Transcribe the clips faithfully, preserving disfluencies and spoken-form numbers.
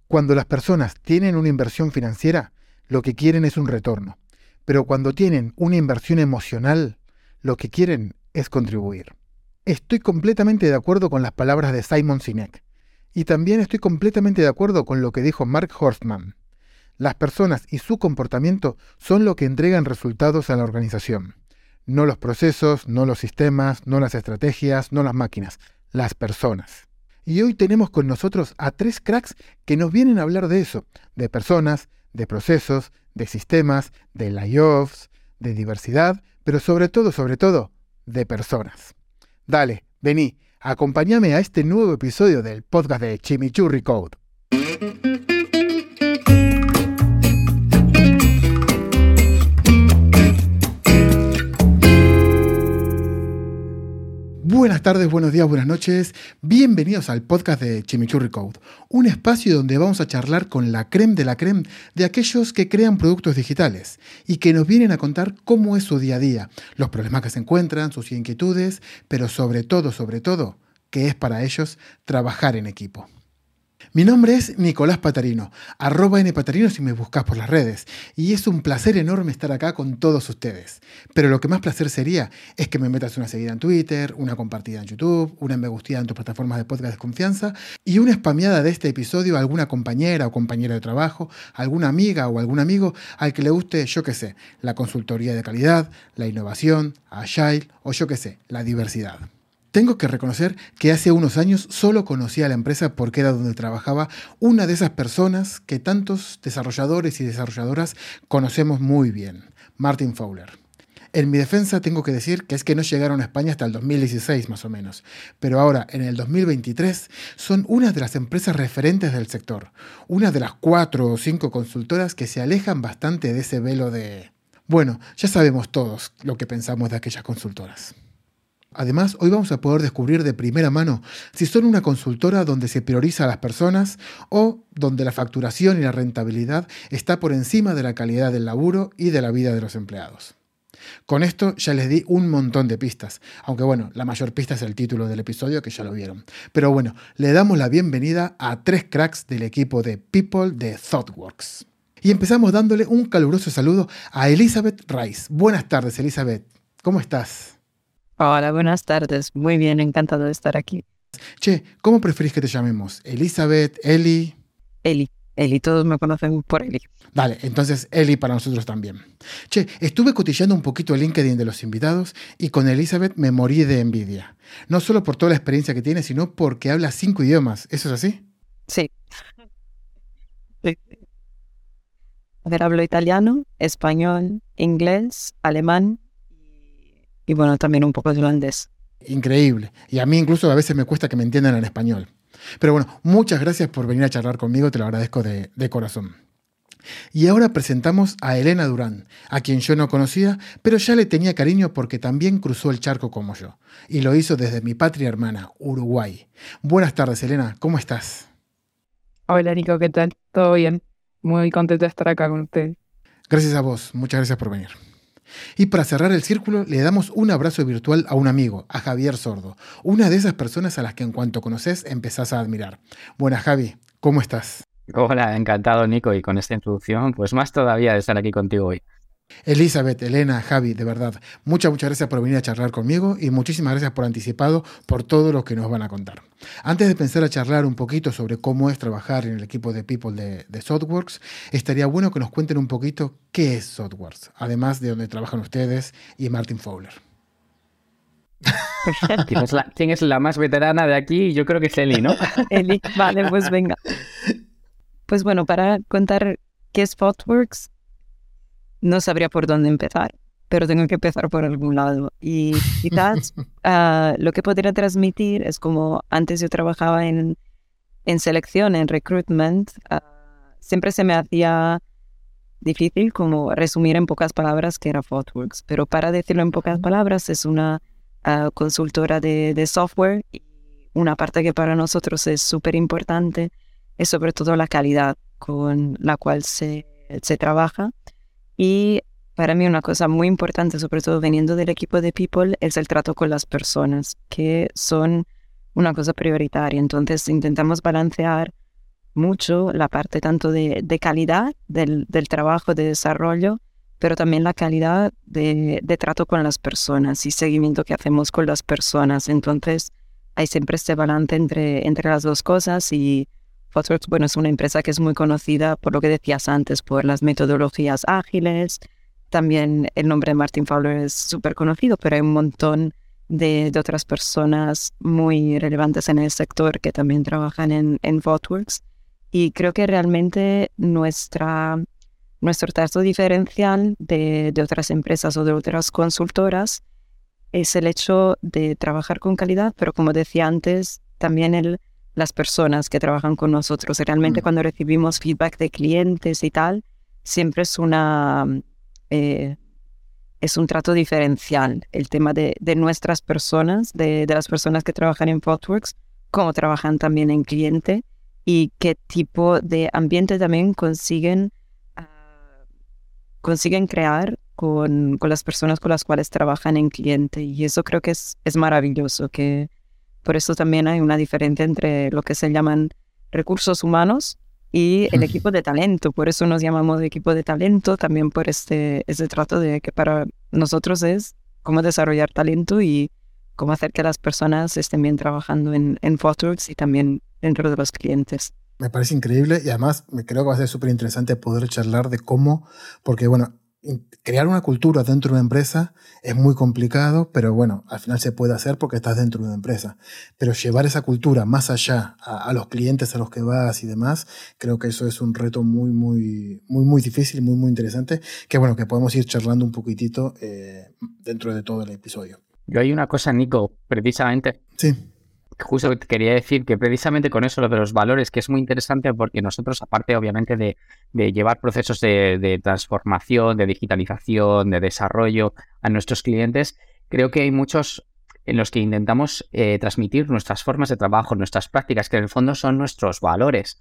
Cuando las personas tienen una inversión financiera, lo que quieren es un retorno. Pero cuando tienen una inversión emocional, lo que quieren es contribuir. Estoy completamente de acuerdo con las palabras de Simon Sinek. Y también estoy completamente de acuerdo con lo que dijo Mark Horstman. Las personas y su comportamiento son lo que entregan resultados a la organización. No los procesos, no los sistemas, no las estrategias, no las máquinas. Las personas. Y hoy tenemos con nosotros a tres cracks que nos vienen a hablar de eso, de personas, de procesos, de sistemas, de layoffs, de diversidad, pero sobre todo, sobre todo, de personas. Dale, vení, acompáñame a este nuevo episodio del podcast de Chimichurri Code. Buenas tardes, buenos días, buenas noches. Bienvenidos al podcast de Chimichurri Code, un espacio donde vamos a charlar con la crème de la crème de aquellos que crean productos digitales y que nos vienen a contar cómo es su día a día, los problemas que se encuentran, sus inquietudes, pero sobre todo, sobre todo, que es para ellos trabajar en equipo. Mi nombre es Nicolás Patarino, arroba npatarino si me buscas por las redes, y es un placer enorme estar acá con todos ustedes. Pero lo que más placer sería es que me metas una seguida en Twitter, una compartida en YouTube, una me gusta en tus plataformas de podcast de confianza y una spameada de este episodio a alguna compañera o compañera de trabajo, alguna amiga o algún amigo al que le guste, yo qué sé, la consultoría de calidad, la innovación, Agile o yo qué sé, la diversidad. Tengo que reconocer que hace unos años solo conocía a la empresa porque era donde trabajaba una de esas personas que tantos desarrolladores y desarrolladoras conocemos muy bien, Martin Fowler. En mi defensa tengo que decir que es que no llegaron a España hasta el dos mil dieciséis más o menos, pero ahora en el dos mil veintitrés son una de las empresas referentes del sector, una de las cuatro o cinco consultoras que se alejan bastante de ese velo de... Bueno, ya sabemos todos lo que pensamos de aquellas consultoras. Además, hoy vamos a poder descubrir de primera mano si son una consultora donde se prioriza a las personas o donde la facturación y la rentabilidad está por encima de la calidad del laburo y de la vida de los empleados. Con esto ya les di un montón de pistas, aunque bueno, la mayor pista es el título del episodio que ya lo vieron. Pero bueno, le damos la bienvenida a tres cracks del equipo de People de ThoughtWorks. Y empezamos dándole un caluroso saludo a Elizabeth Rice. Buenas tardes, Elizabeth. ¿Cómo estás? Hola, buenas tardes. Muy bien, encantado de estar aquí. Che, ¿cómo preferís que te llamemos? ¿Elizabeth, Eli? Eli. Eli, todos me conocen por Eli. Dale, entonces Eli para nosotros también. Che, estuve cotillando un poquito el LinkedIn de los invitados y con Elizabeth me morí de envidia. No solo por toda la experiencia que tiene, sino porque habla cinco idiomas. ¿Eso es así? Sí. sí. A ver, hablo italiano, español, inglés, alemán y bueno, también un poco de holandés. Increíble. Y a mí incluso a veces me cuesta que me entiendan en español. Pero bueno, muchas gracias por venir a charlar conmigo, te lo agradezco de, de corazón. Y ahora presentamos a Elena Durán, a quien yo no conocía, pero ya le tenía cariño porque también cruzó el charco como yo. Y lo hizo desde mi patria hermana, Uruguay. Buenas tardes, Elena, ¿cómo estás? Hola, Nico, ¿qué tal? ¿Todo bien? Muy contento de estar acá con ustedes. Gracias a vos, muchas gracias por venir. Y para cerrar el círculo, le damos un abrazo virtual a un amigo, a Javier Sordo, una de esas personas a las que en cuanto conoces empezás a admirar. Buenas, Javi, ¿cómo estás? Hola, encantado, Nico, y con esta introducción, pues más todavía de estar aquí contigo hoy. Elizabeth, Elena, Javi, de verdad, muchas, muchas gracias por venir a charlar conmigo y muchísimas gracias por anticipado por todo lo que nos van a contar. Antes de pensar a charlar un poquito sobre cómo es trabajar en el equipo de People de, de ThoughtWorks, estaría bueno que nos cuenten un poquito qué es ThoughtWorks, además de dónde trabajan ustedes y Martin Fowler. ¿Quién es, la, ¿Quién es la más veterana de aquí? Yo creo que es Eli, ¿no? Eli, vale, pues venga. Pues bueno, para contar qué es ThoughtWorks, no sabría por dónde empezar, pero tengo que empezar por algún lado. Y quizás uh, lo que podría transmitir es como antes yo trabajaba en, en selección, en recruitment, uh, siempre se me hacía difícil como resumir en pocas palabras qué era ThoughtWorks. Pero para decirlo en pocas palabras, es una uh, consultora de, de software y una parte que para nosotros es súper importante es sobre todo la calidad con la cual se, se trabaja. Y para mí una cosa muy importante, sobre todo veniendo del equipo de People, es el trato con las personas, que son una cosa prioritaria. Entonces intentamos balancear mucho la parte tanto de, de calidad del, del trabajo de desarrollo, pero también la calidad de, de trato con las personas y seguimiento que hacemos con las personas. Entonces, hay siempre este balance entre, entre las dos cosas y ThoughtWorks, bueno, es una empresa que es muy conocida por lo que decías antes, por las metodologías ágiles. También el nombre de Martin Fowler es súper conocido, pero hay un montón de, de otras personas muy relevantes en el sector que también trabajan en, en ThoughtWorks. Y creo que realmente nuestra, nuestro trato diferencial de, de otras empresas o de otras consultoras es el hecho de trabajar con calidad, pero como decía antes, también el, las personas que trabajan con nosotros. Realmente mm. cuando recibimos feedback de clientes y tal, siempre es una eh, es un trato diferencial. El tema de, de nuestras personas, de, de las personas que trabajan en ThoughtWorks, cómo trabajan también en cliente y qué tipo de ambiente también consiguen, uh, consiguen crear con, con las personas con las cuales trabajan en cliente. Y eso creo que es, es maravilloso, que por eso también hay una diferencia entre lo que se llaman recursos humanos y el equipo de talento. Por eso nos llamamos equipo de talento, también por este, este trato de que para nosotros es cómo desarrollar talento y cómo hacer que las personas estén bien trabajando en, en ThoughtWorks y también dentro de los clientes. Me parece increíble y además me creo que va a ser súper interesante poder charlar de cómo, porque bueno, crear una cultura dentro de una empresa es muy complicado, pero bueno, al final se puede hacer porque estás dentro de una empresa. Pero llevar esa cultura más allá a, a los clientes a los que vas y demás, creo que eso es un reto muy, muy, muy, muy difícil, muy, muy interesante, que bueno, que podemos ir charlando un poquitito eh, dentro de todo el episodio. Yo hay una cosa, Nico, precisamente. Sí. Justo te quería decir que precisamente con eso, lo de los valores, que es muy interesante porque nosotros, aparte obviamente de, de llevar procesos de, de transformación, de digitalización, de desarrollo a nuestros clientes, creo que hay muchos en los que intentamos eh, transmitir nuestras formas de trabajo, nuestras prácticas, que en el fondo son nuestros valores.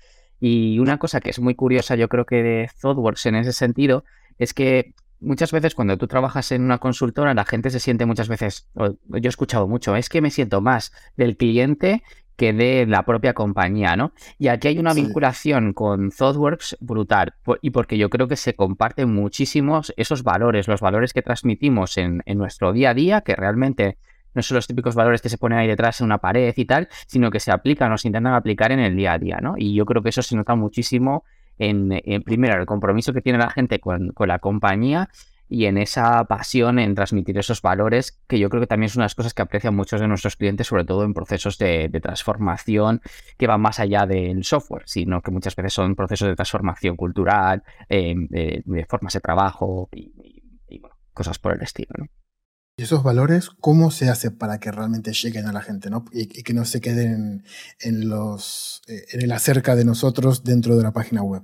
Y una cosa que es muy curiosa, yo creo que de ThoughtWorks en ese sentido, es que muchas veces cuando tú trabajas en una consultora, la gente se siente muchas veces, yo he escuchado mucho, es que me siento más del cliente que de la propia compañía, ¿no? Y aquí hay una sí. vinculación con ThoughtWorks brutal, y porque yo creo que se comparten muchísimos esos valores, los valores que transmitimos en, en nuestro día a día, que realmente no son los típicos valores que se ponen ahí detrás en una pared y tal, sino que se aplican o se intentan aplicar en el día a día, ¿no? Y yo creo que eso se nota muchísimo En, en primero, el compromiso que tiene la gente con, con la compañía y en esa pasión en transmitir esos valores, que yo creo que también es una de las cosas que aprecian muchos de nuestros clientes, sobre todo en procesos de, de transformación que van más allá del software, sino que muchas veces son procesos de transformación cultural, eh, de, de formas de trabajo y, y, y bueno, cosas por el estilo, ¿no? Y esos valores, ¿cómo se hace para que realmente lleguen a la gente, ¿no? Y, y que no se queden en, los, eh, en el acerca de nosotros dentro de la página web?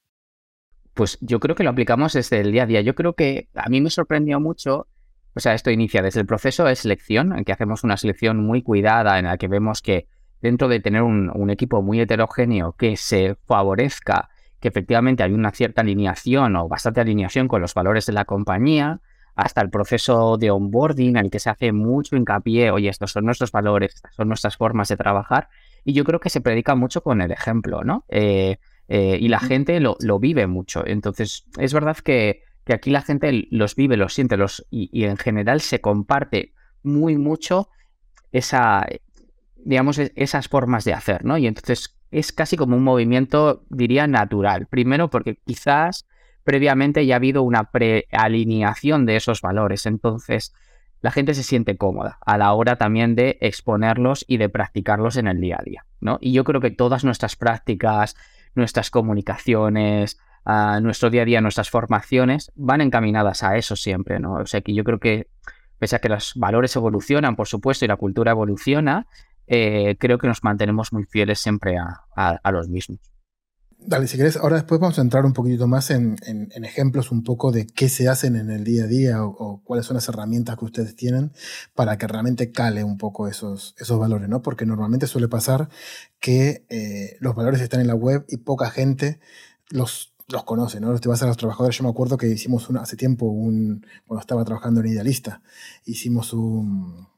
Pues yo creo que lo aplicamos desde el día a día. Yo creo que a mí me sorprendió mucho, o sea, esto inicia desde el proceso de selección, en que hacemos una selección muy cuidada, en la que vemos que dentro de tener un, un equipo muy heterogéneo que se favorezca, que efectivamente hay una cierta alineación o bastante alineación con los valores de la compañía, hasta el proceso de onboarding en el que se hace mucho hincapié, oye, estos son nuestros valores, estas son nuestras formas de trabajar, y yo creo que se predica mucho con el ejemplo, ¿no? Eh, eh, y la gente lo, lo vive mucho. Entonces, es verdad que, que aquí la gente los vive, los siente, los y, y en general se comparte muy mucho esa, digamos, esas formas de hacer, ¿no? Y entonces es casi como un movimiento, diría, natural. Primero porque quizás previamente ya ha habido una prealineación de esos valores, entonces la gente se siente cómoda a la hora también de exponerlos y de practicarlos en el día a día, ¿no? Y yo creo que todas nuestras prácticas, nuestras comunicaciones, uh, nuestro día a día, nuestras formaciones van encaminadas a eso siempre, ¿no? O sea que yo creo que pese a que los valores evolucionan, por supuesto, y la cultura evoluciona, eh, creo que nos mantenemos muy fieles siempre a, a, a los mismos. Dale, si querés, ahora después vamos a entrar un poquito más en, en, en ejemplos un poco de qué se hacen en el día a día o, o cuáles son las herramientas que ustedes tienen para que realmente cale un poco esos, esos valores, ¿no? Porque normalmente suele pasar que eh, los valores están en la web y poca gente los, los conoce, ¿no? Te vas a los trabajadores. Yo me acuerdo que hicimos una, hace tiempo, un, cuando estaba trabajando en Idealista, hicimos un...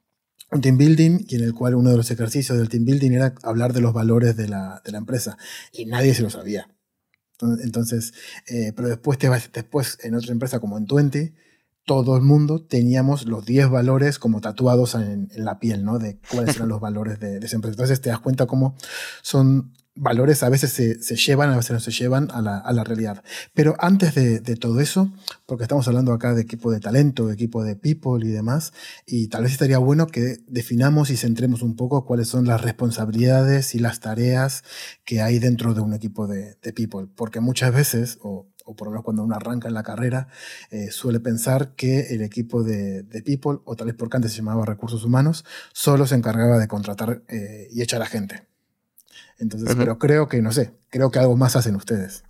un team building y en el cual uno de los ejercicios del team building era hablar de los valores de la, de la empresa y nadie se lo sabía. Entonces, eh, pero después, te vas, después en otra empresa como en veinte, todo el mundo teníamos los diez valores como tatuados en, en la piel, ¿no? De cuáles eran los valores de, de esa empresa. Entonces te das cuenta cómo son valores, a veces se, se llevan, a veces no se llevan a la, a la realidad. Pero antes de, de todo eso, porque estamos hablando acá de equipo de talento, de equipo de people y demás, y tal vez estaría bueno que definamos y centremos un poco cuáles son las responsabilidades y las tareas que hay dentro de un equipo de, de people. Porque muchas veces, o, o por lo menos cuando uno arranca en la carrera, eh, suele pensar que el equipo de, de people, o tal vez porque antes se llamaba recursos humanos, solo se encargaba de contratar eh, y echar a gente. Entonces, uh-huh. Pero creo que, no sé, creo que algo más hacen ustedes.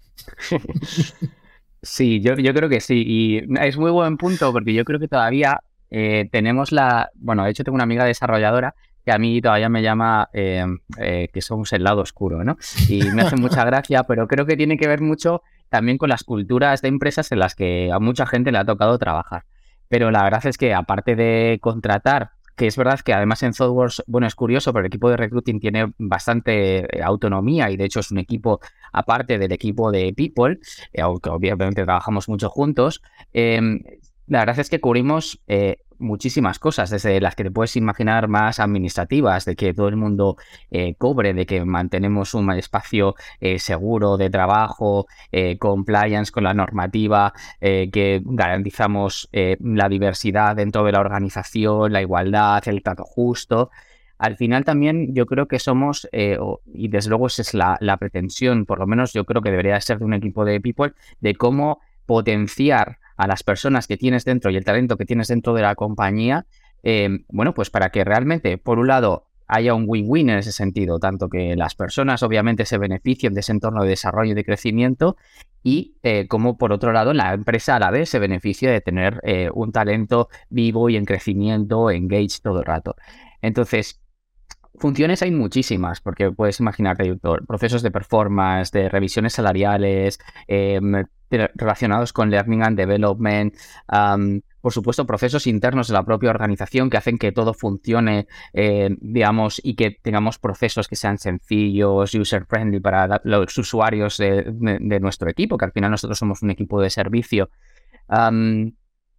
Sí, yo, yo creo que sí. Y es muy buen punto porque yo creo que todavía eh, tenemos la... Bueno, de hecho tengo una amiga desarrolladora que a mí todavía me llama eh, eh, que somos el lado oscuro, ¿no? Y me hace mucha gracia, pero creo que tiene que ver mucho también con las culturas de empresas en las que a mucha gente le ha tocado trabajar. Pero la verdad es que aparte de contratar, que es verdad que además en ThoughtWorks, bueno, es curioso, pero el equipo de recruiting tiene bastante autonomía y de hecho es un equipo aparte del equipo de people, eh, aunque obviamente trabajamos mucho juntos. Eh, la verdad es que cubrimos eh, muchísimas cosas, desde las que te puedes imaginar más administrativas, de que todo el mundo eh, cobre, de que mantenemos un espacio eh, seguro de trabajo, eh, compliance con la normativa, eh, que garantizamos eh, la diversidad dentro de la organización, la igualdad, el trato justo. Al final también yo creo que somos, eh, y desde luego esa es la, la pretensión, por lo menos yo creo que debería ser de un equipo de people, de cómo potenciar a las personas que tienes dentro y el talento que tienes dentro de la compañía, eh, bueno, pues para que realmente, por un lado, haya un win-win en ese sentido, tanto que las personas obviamente se beneficien de ese entorno de desarrollo y de crecimiento y eh, como por otro lado la empresa a la vez se beneficia de tener eh, un talento vivo y en crecimiento, engaged todo el rato. Entonces, funciones hay muchísimas, porque puedes imaginarte procesos de performance, de revisiones salariales, eh, relacionados con learning and development, um, por supuesto procesos internos de la propia organización que hacen que todo funcione, eh, digamos, y que tengamos procesos que sean sencillos, user-friendly para los usuarios de, de, de nuestro equipo, que al final nosotros somos un equipo de servicio. Um,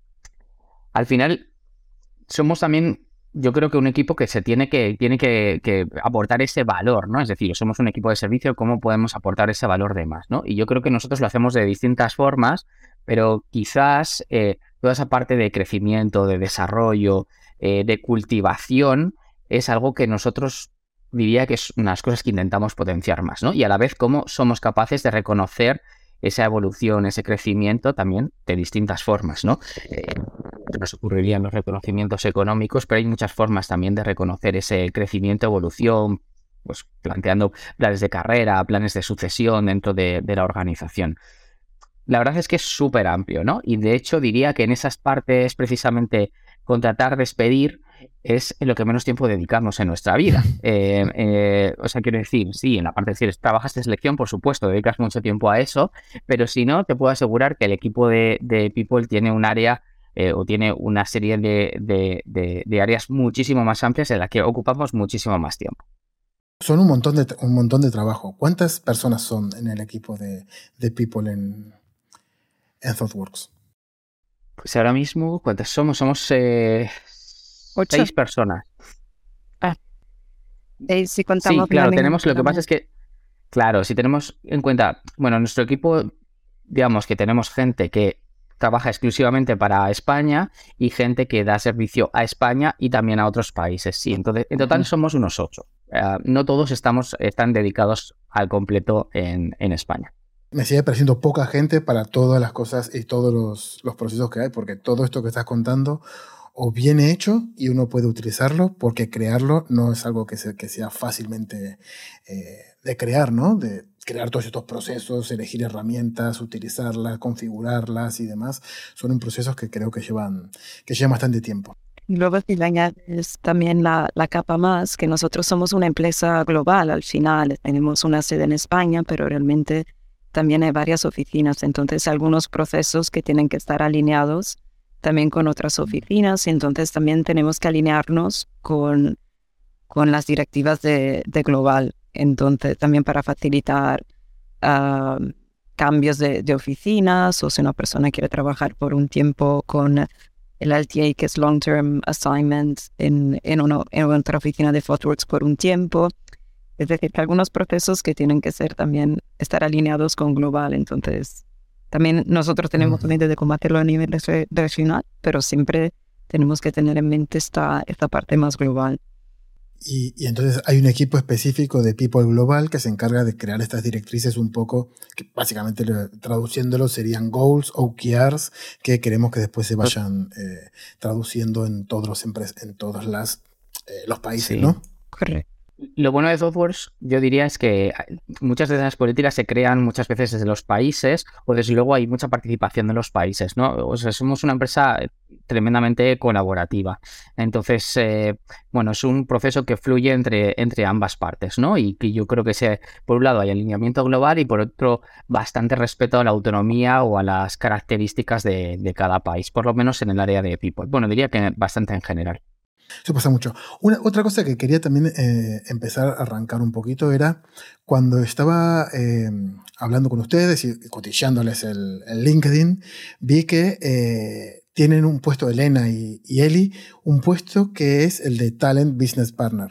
al final somos también... Yo creo que un equipo que se tiene que tiene que, que aportar ese valor, ¿no? Es decir, somos un equipo de servicio, ¿cómo podemos aportar ese valor de más, ¿no? Y yo creo que nosotros lo hacemos de distintas formas, pero quizás eh, toda esa parte de crecimiento, de desarrollo, eh, de cultivación, es algo que nosotros diría que es unas cosas que intentamos potenciar más, ¿no? Y a la vez cómo somos capaces de reconocer esa evolución, ese crecimiento también de distintas formas, ¿no? Eh, nos ocurrirían los reconocimientos económicos, pero hay muchas formas también de reconocer ese crecimiento, evolución, pues planteando planes de carrera, planes de sucesión dentro de, de la organización. La verdad es que es súper amplio, ¿no? Y de hecho diría que en esas partes precisamente contratar, despedir, es en lo que menos tiempo dedicamos en nuestra vida. Eh, eh, o sea, quiero decir, sí, en la parte de decir, trabajas de selección, por supuesto, dedicas mucho tiempo a eso, pero si no, te puedo asegurar que el equipo de, de People tiene un área eh, o tiene una serie de, de, de, de áreas muchísimo más amplias en las que ocupamos muchísimo más tiempo. Son un montón de, un montón de trabajo. ¿Cuántas personas son en el equipo de, de People en, en ThoughtWorks? Pues ahora mismo, ¿cuántas somos? Somos eh, seis personas. Ah. Eh, si contamos sí, claro, tenemos, lo que pasa es que, claro, si tenemos en cuenta, bueno, nuestro equipo, digamos que tenemos gente que trabaja exclusivamente para España y gente que da servicio a España y también a otros países. Sí, entonces, en total somos unos ocho. Uh, no todos estamos, están dedicados al completo en, en España. Me sigue pareciendo poca gente para todas las cosas y todos los, los procesos que hay, porque todo esto que estás contando o viene hecho y uno puede utilizarlo, porque crearlo no es algo que, se, que sea fácilmente eh, de crear, ¿no? De crear todos estos procesos, elegir herramientas, utilizarlas, configurarlas y demás, son procesos que creo que llevan, que llevan bastante tiempo. Y luego si le añades también la, la capa más, que nosotros somos una empresa global al final, tenemos una sede en España, pero realmente también hay varias oficinas, entonces algunos procesos que tienen que estar alineados también con otras oficinas, y entonces también tenemos que alinearnos con, con las directivas de, de Global, entonces también para facilitar uh, cambios de, de oficinas, o si una persona quiere trabajar por un tiempo con el L T A, que es Long Term Assignment, en, en, una, en otra oficina de ThoughtWorks por un tiempo. Es decir, que algunos procesos que tienen que ser también, estar alineados con Global. Entonces, también nosotros tenemos una idea de cómo hacerlo a nivel re- regional, pero siempre tenemos que tener en mente esta, esta parte más global. Y, y entonces hay un equipo específico de People Global que se encarga de crear estas directrices un poco, que básicamente traduciéndolo serían goals, O K Rs, que queremos que después se vayan eh, traduciendo en todos los empres- en todos las, eh, los países, Sí. ¿no? Correcto. Lo bueno de ThoughtWorks, yo diría, es que muchas de esas políticas se crean muchas veces desde los países, o desde luego hay mucha participación de los países, ¿no? O sea, somos una empresa tremendamente colaborativa. Entonces, eh, bueno, es un proceso que fluye entre, entre ambas partes, ¿no? Y que yo creo que se, por un lado hay alineamiento global y por otro bastante respeto a la autonomía o a las características de, de cada país, por lo menos en el área de People. Bueno, diría que bastante en general. Eso pasa mucho. Una, otra cosa que quería también eh, empezar a arrancar un poquito era cuando estaba eh, hablando con ustedes y cotilleándoles el, el LinkedIn, vi que eh, tienen un puesto, Elena y, y Eli, un puesto que es el de Talent Business Partner.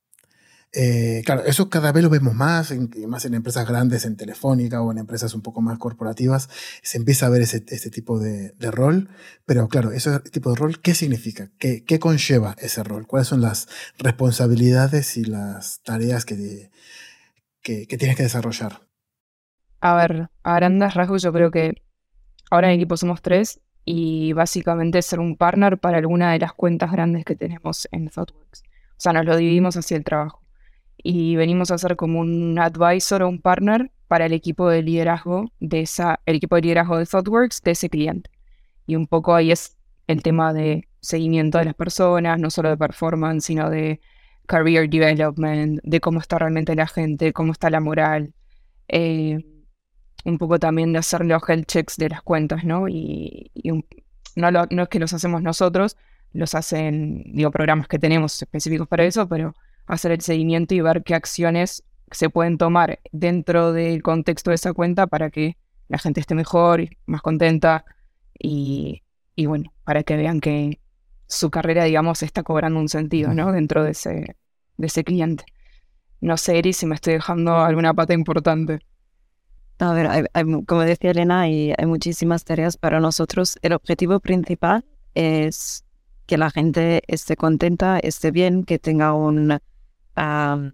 Eh, claro, eso cada vez lo vemos más, en, más en empresas grandes, en Telefónica o en empresas un poco más corporativas, se empieza a ver ese, ese tipo de, de rol, pero claro, ese tipo de rol, ¿qué significa? ¿Qué, qué conlleva ese rol? ¿Cuáles son las responsabilidades y las tareas que, que, que tienes que desarrollar? A ver, a grandes rasgos yo creo que ahora en el equipo somos tres y básicamente ser un partner para alguna de las cuentas grandes que tenemos en ThoughtWorks. O sea, nos lo dividimos hacia el trabajo. Y venimos a ser como un advisor o un partner para el equipo de liderazgo de esa, el equipo de liderazgo de ThoughtWorks de ese cliente. Y un poco ahí es el tema de seguimiento de las personas, no solo de performance, sino de career development, de cómo está realmente la gente, cómo está la moral, eh, un poco también de hacer los health checks de las cuentas, ¿no? Y, y un, no, lo, no es que los hacemos nosotros, los hacen, digo, programas que tenemos específicos para eso, pero hacer el seguimiento y ver qué acciones se pueden tomar dentro del contexto de esa cuenta para que la gente esté mejor, más contenta y, y bueno, para que vean que su carrera, digamos, está cobrando un sentido, ¿no? Dentro de ese, de ese cliente. No sé, Eri, si me estoy dejando alguna pata importante. A ver, hay, hay, como decía Elena, hay, hay muchísimas tareas para nosotros. El objetivo principal es que la gente esté contenta, esté bien, que tenga un Um,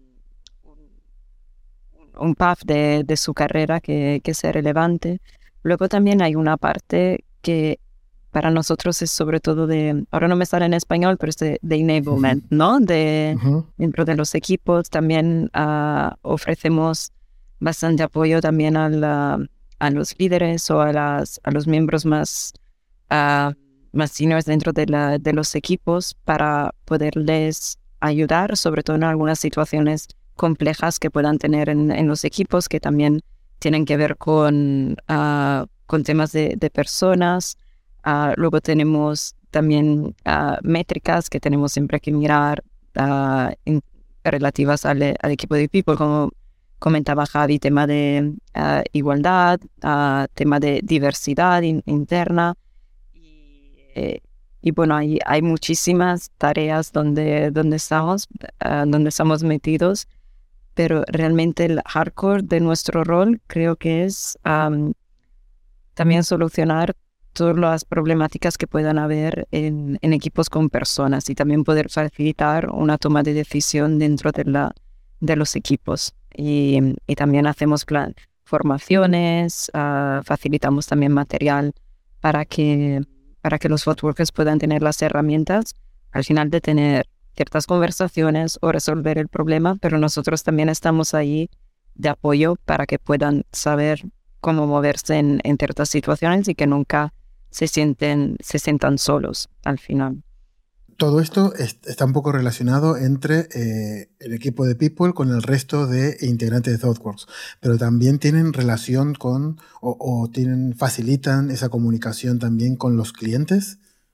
un path de, de su carrera que, que sea relevante. Luego también hay una parte que para nosotros es sobre todo de, ahora no me sale en español, pero es de, de enablement, uh-huh. ¿no? De, uh-huh. Dentro de los equipos también uh, ofrecemos bastante apoyo también a, la, a los líderes o a, las, a los miembros más, uh, más seniors dentro de, la, de los equipos para poderles ayudar, sobre todo en algunas situaciones complejas que puedan tener en, en los equipos, que también tienen que ver con, uh, con temas de, de personas. Uh, luego tenemos también uh, métricas que tenemos siempre que mirar uh, en, relativas al, al equipo de People, como comentaba Javi, tema de uh, igualdad, uh, tema de diversidad in, interna. Y, eh, Y bueno, hay, hay muchísimas tareas donde, donde, estamos, uh, donde estamos metidos, pero realmente el hardcore de nuestro rol creo que es um, también solucionar todas las problemáticas que puedan haber en, en equipos con personas y también poder facilitar una toma de decisión dentro de, la, de los equipos. Y, y también hacemos plan, formaciones, uh, facilitamos también material para que... para que los ThoughtWorkers puedan tener las herramientas al final de tener ciertas conversaciones o resolver el problema, pero nosotros también estamos ahí de apoyo para que puedan saber cómo moverse en, en ciertas situaciones y que nunca se sienten, se sientan solos al final. Todo esto es, está un poco relacionado entre eh, el equipo de People con el resto de integrantes de ThoughtWorks, pero también tienen relación con o, o tienen, facilitan esa comunicación también con los clientes.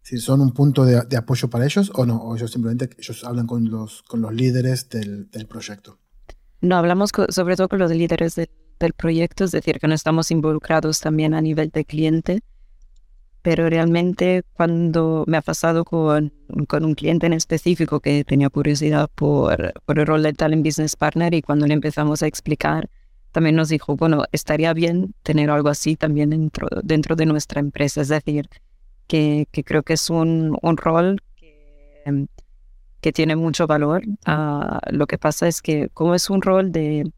Si son un punto de, de apoyo para ellos o no, o ellos simplemente ellos hablan con los, con los líderes del, del proyecto. No, hablamos co- sobre todo con los líderes del, del proyecto, es decir, que no estamos involucrados también a nivel de cliente, pero realmente cuando me ha pasado con, con un cliente en específico que tenía curiosidad por, por el rol de Talent Business Partner, y cuando le empezamos a explicar, también nos dijo, bueno, estaría bien tener algo así también dentro, dentro de nuestra empresa, es decir, que, que creo que es un, un rol que, em, que tiene mucho valor. Ah, lo que pasa es que como es un rol de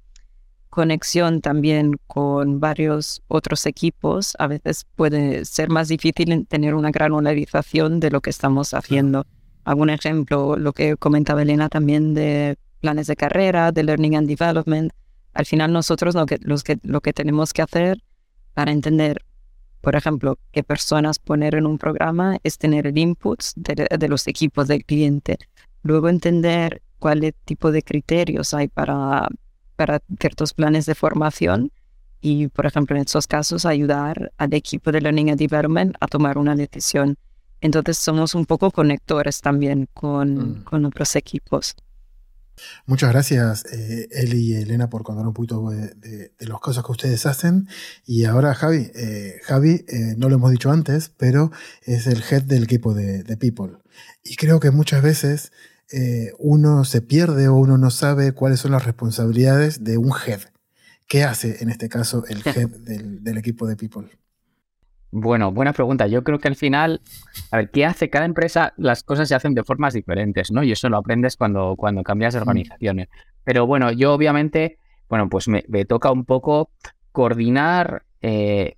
conexión también con varios otros equipos, a veces puede ser más difícil en tener una granularización de lo que estamos haciendo. Algún ejemplo, lo que comentaba Elena también de planes de carrera, de learning and development. Al final nosotros lo que, los que, lo que tenemos que hacer para entender, por ejemplo, qué personas poner en un programa es tener el input de, de los equipos del cliente. Luego entender cuál tipo de criterios hay para, para ciertos planes de formación y, por ejemplo, en estos casos, ayudar al equipo de Learning and Development a tomar una decisión. Entonces somos un poco conectores también con, mm. con otros equipos. Muchas gracias, eh, Eli y Elena, por contar un poquito de, de, de las cosas que ustedes hacen. Y ahora Javi, eh, Javi, eh, no lo hemos dicho antes, pero es el head del equipo de, de People. Y creo que muchas veces eh, uno se pierde o uno no sabe cuáles son las responsabilidades de un head. ¿Qué hace en este caso el head del, del equipo de People? Bueno, buena pregunta. Yo creo que al final, a ver, ¿qué hace cada empresa? Las cosas se hacen de formas diferentes, ¿no? Y eso lo aprendes cuando, cuando cambias de organizaciones. Pero bueno, yo obviamente, bueno, pues me, me toca un poco coordinar eh,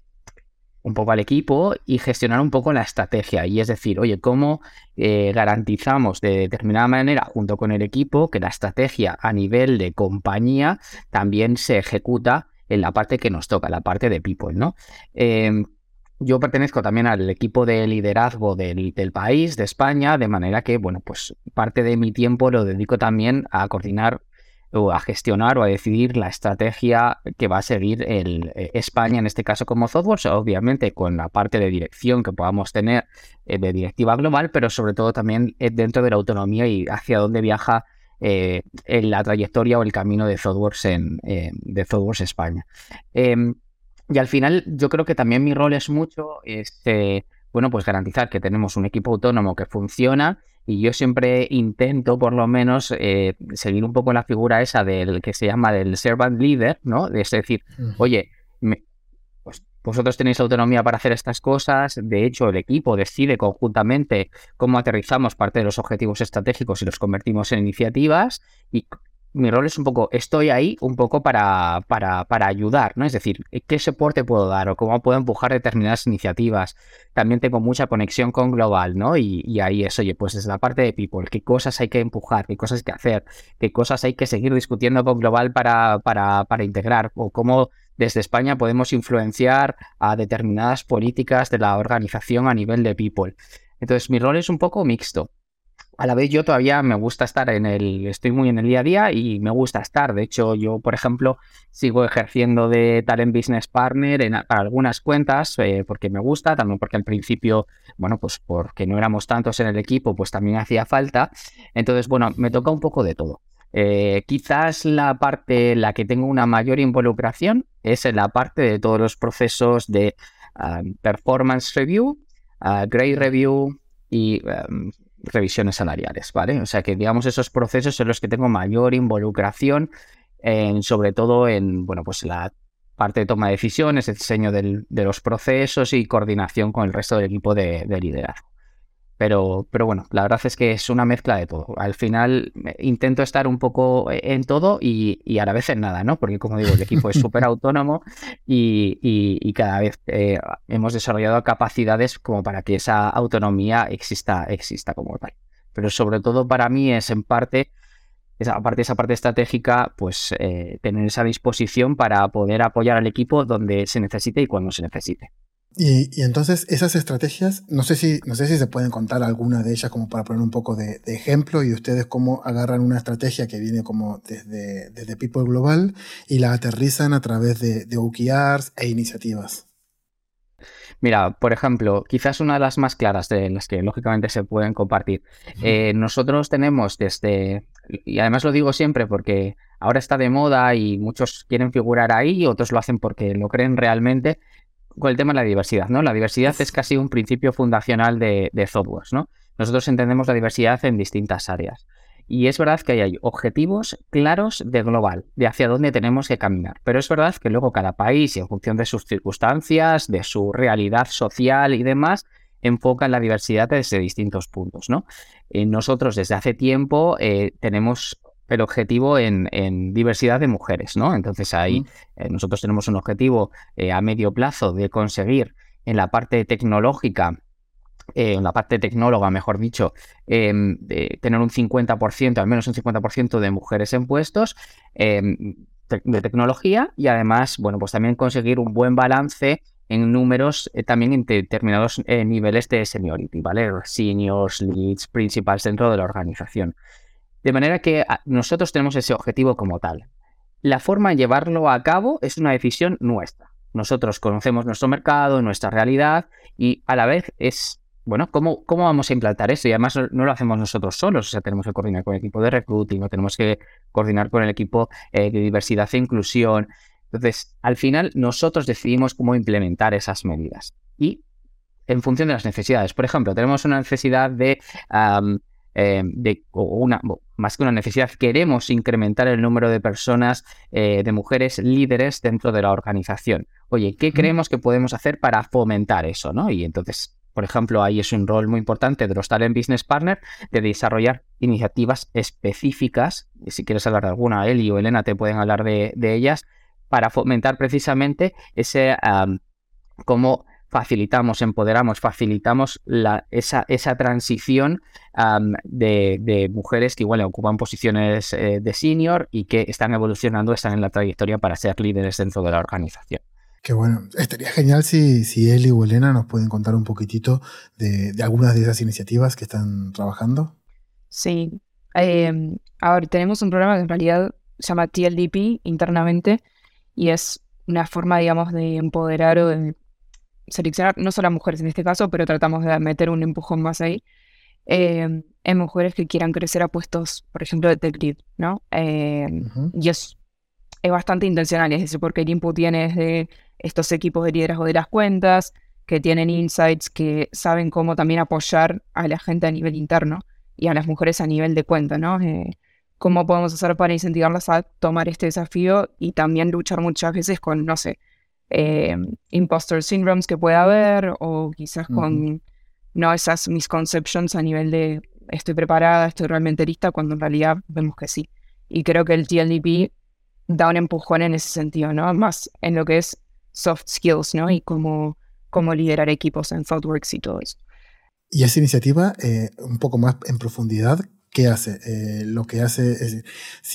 un poco al equipo y gestionar un poco la estrategia. Y es decir, oye, ¿cómo eh, garantizamos de determinada manera, junto con el equipo, que la estrategia a nivel de compañía también se ejecuta en la parte que nos toca, la parte de people, ¿no? Eh, Yo pertenezco también al equipo de liderazgo del, del país, de España, de manera que, bueno, pues parte de mi tiempo lo dedico también a coordinar o a gestionar o a decidir la estrategia que va a seguir el, eh, España, en este caso como Thoughtworks, obviamente con la parte de dirección que podamos tener eh, de directiva global, pero sobre todo también eh, dentro de la autonomía y hacia dónde viaja eh, en la trayectoria o el camino de Thoughtworks en eh, de Thoughtworks España. Eh, Y al final yo creo que también mi rol es mucho, es, eh, bueno, pues garantizar que tenemos un equipo autónomo que funciona y yo siempre intento por lo menos eh, seguir un poco la figura esa del que se llama del servant leader, ¿no? Es decir, uh-huh. oye, me, pues vosotros tenéis autonomía para hacer estas cosas, de hecho el equipo decide conjuntamente cómo aterrizamos parte de los objetivos estratégicos y los convertimos en iniciativas y mi rol es un poco, estoy ahí un poco para, para, para ayudar, ¿no? Es decir, ¿qué soporte puedo dar o cómo puedo empujar determinadas iniciativas? También tengo mucha conexión con Global, ¿no? Y, y ahí es, oye, pues desde la parte de People, ¿qué cosas hay que empujar? ¿Qué cosas hay que hacer? ¿Qué cosas hay que seguir discutiendo con Global para, para, para integrar? ¿O cómo desde España podemos influenciar a determinadas políticas de la organización a nivel de People? Entonces, mi rol es un poco mixto. A la vez yo todavía me gusta estar en el, estoy muy en el día a día y me gusta estar. De hecho, yo, por ejemplo, sigo ejerciendo de Talent Business Partner en, para algunas cuentas eh, porque me gusta, también porque al principio, bueno, pues porque no éramos tantos en el equipo, pues también hacía falta. Entonces, bueno, me toca un poco de todo. Eh, quizás la parte en la que tengo una mayor involucración es en la parte de todos los procesos de uh, Performance Review, uh, Grade Review y... Um, revisiones salariales, ¿vale? O sea que, digamos, esos procesos son los que tengo mayor involucración, en, sobre todo en, bueno, pues la parte de toma de decisiones, el diseño del, de los procesos y coordinación con el resto del equipo de, de liderazgo. Pero, pero bueno, la verdad es que es una mezcla de todo. Al final intento estar un poco en todo y, y a la vez en nada, ¿no? Porque, como digo, el equipo es súper autónomo y, y, y cada vez eh, hemos desarrollado capacidades como para que esa autonomía exista, exista como tal. Pero sobre todo para mí es en parte, esa parte, esa parte estratégica, pues eh, tener esa disposición para poder apoyar al equipo donde se necesite y cuando se necesite. Y, y entonces esas estrategias, no sé si no sé si se pueden contar alguna de ellas como para poner un poco de, de ejemplo y ustedes cómo agarran una estrategia que viene como desde, desde People Global y la aterrizan a través de, de O K Rs e iniciativas. Mira, por ejemplo, quizás una de las más claras de las que lógicamente se pueden compartir. Eh, nosotros tenemos desde, y además lo digo siempre porque ahora está de moda y muchos quieren figurar ahí y otros lo hacen porque lo creen realmente, con el tema de la diversidad, ¿no? La diversidad es casi un principio fundacional de, de ThoughtWorks, ¿no? Nosotros entendemos la diversidad en distintas áreas. Y es verdad que hay objetivos claros de global, de hacia dónde tenemos que caminar. Pero es verdad que luego cada país, y en función de sus circunstancias, de su realidad social y demás, enfoca la diversidad desde distintos puntos, ¿no? Eh, nosotros desde hace tiempo eh, tenemos el objetivo en, en diversidad de mujeres, ¿no? Entonces ahí mm. eh, nosotros tenemos un objetivo eh, a medio plazo de conseguir en la parte tecnológica, eh, en la parte tecnóloga, mejor dicho, eh, de tener un cincuenta por ciento, al menos un cincuenta por ciento de mujeres en puestos eh, te- de tecnología y además, bueno, pues también conseguir un buen balance en números eh, también en determinados eh, niveles de seniority, ¿vale? Seniors, leads, principals dentro de la organización. De manera que nosotros tenemos ese objetivo como tal. La forma de llevarlo a cabo es una decisión nuestra. Nosotros conocemos nuestro mercado, nuestra realidad y a la vez es, bueno, ¿cómo, cómo vamos a implantar eso? Y además no lo hacemos nosotros solos, o sea, tenemos que coordinar con el equipo de recruiting, no tenemos que coordinar con el equipo eh, de diversidad e inclusión. Entonces, al final, nosotros decidimos cómo implementar esas medidas y en función de las necesidades. Por ejemplo, tenemos una necesidad de... Um, Eh, de, o una, más que una necesidad, queremos incrementar el número de personas, eh, de mujeres líderes dentro de la organización. Oye, ¿qué creemos que podemos hacer para fomentar eso, ¿no? Y entonces, por ejemplo, ahí es un rol muy importante de los Talent Business Partners de desarrollar iniciativas específicas, y si quieres hablar de alguna, Eli o Elena te pueden hablar de, de ellas, para fomentar precisamente ese, um, cómo facilitamos, empoderamos, facilitamos la, esa, esa transición um, de, de mujeres que igual ocupan posiciones eh, de senior y que están evolucionando, están en la trayectoria para ser líderes dentro de la organización. Qué bueno. Estaría genial si, si Eli o Elena nos pueden contar un poquitito de, de algunas de esas iniciativas que están trabajando. Sí. Eh, a ver, tenemos un programa que en realidad se llama T L D P internamente y es una forma, digamos, de empoderar o de seleccionar, no solo a mujeres en este caso, pero tratamos de meter un empujón más ahí, eh, en mujeres que quieran crecer a puestos, por ejemplo, de tech lead, ¿no? Eh, uh-huh. Y es, es bastante intencional, es decir, porque el input viene desde estos equipos de liderazgo de las cuentas, que tienen insights, que saben cómo también apoyar a la gente a nivel interno y a las mujeres a nivel de cuenta, ¿no? Eh, cómo podemos hacer para incentivarlas a tomar este desafío y también luchar muchas veces con, no sé, Eh, imposter syndromes que pueda haber o quizás uh-huh. con no esas misconceptions a nivel de estoy preparada, estoy realmente lista, cuando en realidad vemos que sí. Y creo que el T L D P da un empujón en ese sentido, ¿no? Más en lo que es soft skills, ¿no? Y cómo, cómo liderar equipos en ThoughtWorks y todo eso. Y esa iniciativa, eh, un poco más en profundidad, ¿qué hace? Eh, lo que hace es,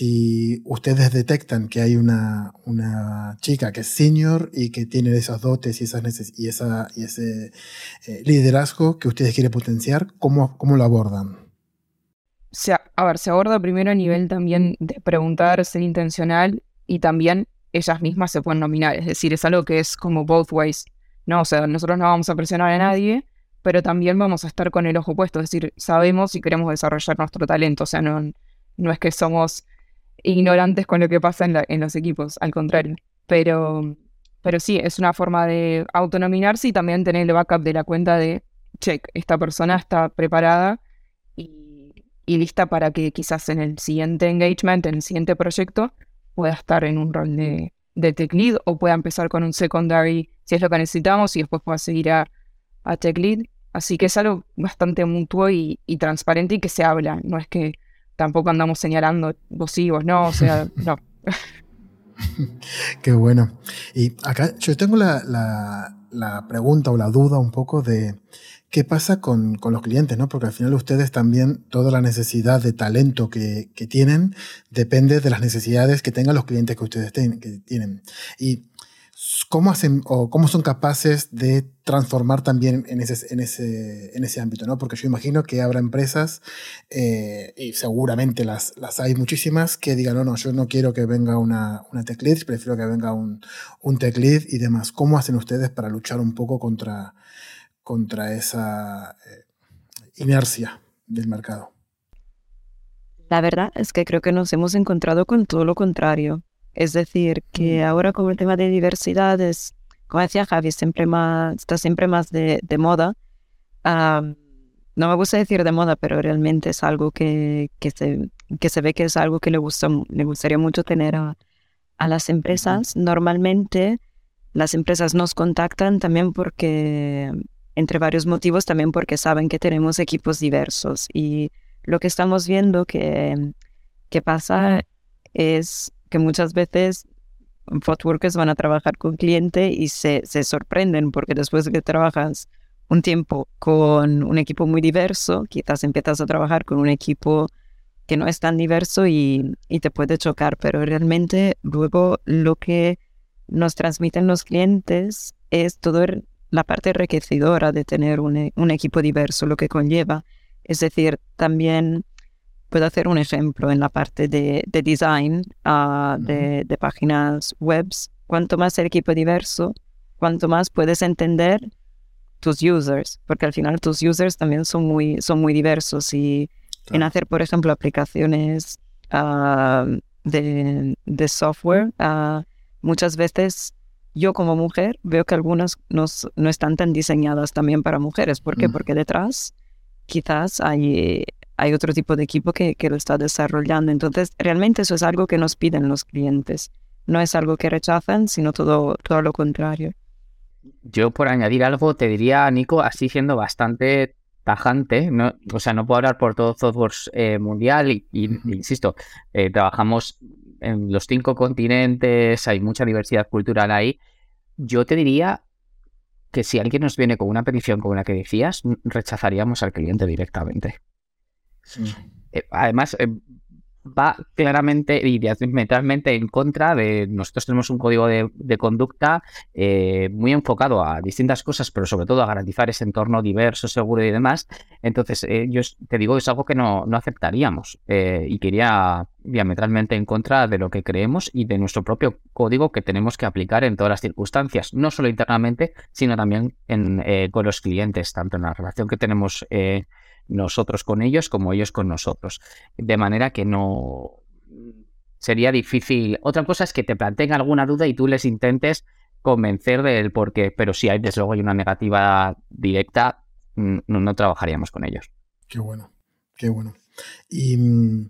si ustedes detectan que hay una, una chica que es senior y que tiene esas dotes y, esas neces- y, esa, y ese eh, liderazgo que ustedes quieren potenciar, ¿cómo, cómo lo abordan? Se, a ver, se aborda primero a nivel también de preguntar, ser intencional y también ellas mismas se pueden nominar. Es decir, es algo que es como both ways, ¿no? O sea, nosotros no vamos a presionar a nadie, pero también vamos a estar con el ojo puesto, es decir, sabemos y queremos desarrollar nuestro talento, o sea, no, no es que somos ignorantes con lo que pasa en, la, en los equipos, al contrario, pero, pero sí, es una forma de autonominarse y también tener el backup de la cuenta de, check, esta persona está preparada y, y lista para que quizás en el siguiente engagement, en el siguiente proyecto, pueda estar en un rol de, de tech lead o pueda empezar con un secondary, si es lo que necesitamos, y después pueda seguir a a tech lead, así que es algo bastante mutuo y, y transparente y que se habla, no es que tampoco andamos señalando vos sí, vos no, o sea, no. Qué bueno. Y acá yo tengo la, la, la pregunta o la duda un poco de qué pasa con, con los clientes, ¿no? Porque al final ustedes también, toda la necesidad de talento que, que tienen depende de las necesidades que tengan los clientes que ustedes ten, que tienen. Y ¿cómo hacen o cómo son capaces de transformar también en ese, en ese, en ese ámbito, ¿no? Porque yo imagino que habrá empresas, eh, y seguramente las, las hay muchísimas, que digan, no, no, yo no quiero que venga una, una tech lead, prefiero que venga un, un tech lead y demás. ¿Cómo hacen ustedes para luchar un poco contra, contra esa eh, inercia del mercado? La verdad es que creo que nos hemos encontrado con todo lo contrario. Es decir, que ahora con el tema de diversidad es, como decía Javi, siempre más, está siempre más de, de moda. Um, no me gusta decir de moda, pero realmente es algo que, que, se, que se ve que es algo que le, gusta, le gustaría mucho tener a, a las empresas. Normalmente las empresas nos contactan también porque, entre varios motivos, también porque saben que tenemos equipos diversos. Y lo que estamos viendo que, que pasa es que muchas veces Thoughtworkers van a trabajar con cliente y se, se sorprenden porque después de que trabajas un tiempo con un equipo muy diverso, quizás empiezas a trabajar con un equipo que no es tan diverso y, y te puede chocar, pero realmente luego lo que nos transmiten los clientes es toda la parte enriquecedora de tener un, un equipo diverso, lo que conlleva. Es decir, también puedo hacer un ejemplo en la parte de, de design uh, de, de páginas web. Cuanto más el equipo diverso, cuanto más puedes entender tus users, porque al final tus users también son muy, son muy diversos y claro. En hacer, por ejemplo, aplicaciones uh, de, de software, uh, muchas veces yo como mujer veo que algunas nos, no están tan diseñadas también para mujeres. ¿Por qué? Mm. Porque detrás quizás hay... hay otro tipo de equipo que, que lo está desarrollando. Entonces, realmente eso es algo que nos piden los clientes. No es algo que rechazan, sino todo, todo lo contrario. Yo, por añadir algo, te diría, Nico, así siendo bastante tajante, ¿no? O sea, no puedo hablar por todo Thoughtworks eh, mundial y, y uh-huh. insisto, eh, trabajamos en los cinco continentes, hay mucha diversidad cultural ahí. Yo te diría que si alguien nos viene con una petición como la que decías, rechazaríamos al cliente directamente. Sí. Eh, además, eh, va claramente y diametralmente en contra de... Nosotros tenemos un código de, de conducta eh, muy enfocado a distintas cosas, pero sobre todo a garantizar ese entorno diverso, seguro y demás. Entonces, eh, yo te digo, es algo que no, no aceptaríamos eh, y que iría diametralmente en contra de lo que creemos y de nuestro propio código que tenemos que aplicar en todas las circunstancias, no solo internamente, sino también en, eh, con los clientes, tanto en la relación que tenemos eh, nosotros con ellos como ellos con nosotros. De manera que no sería difícil. Otra cosa es que te planteen alguna duda y tú les intentes convencer del por qué, pero si hay, desde luego, hay una negativa directa, no, no trabajaríamos con ellos. Qué bueno, qué bueno. Y,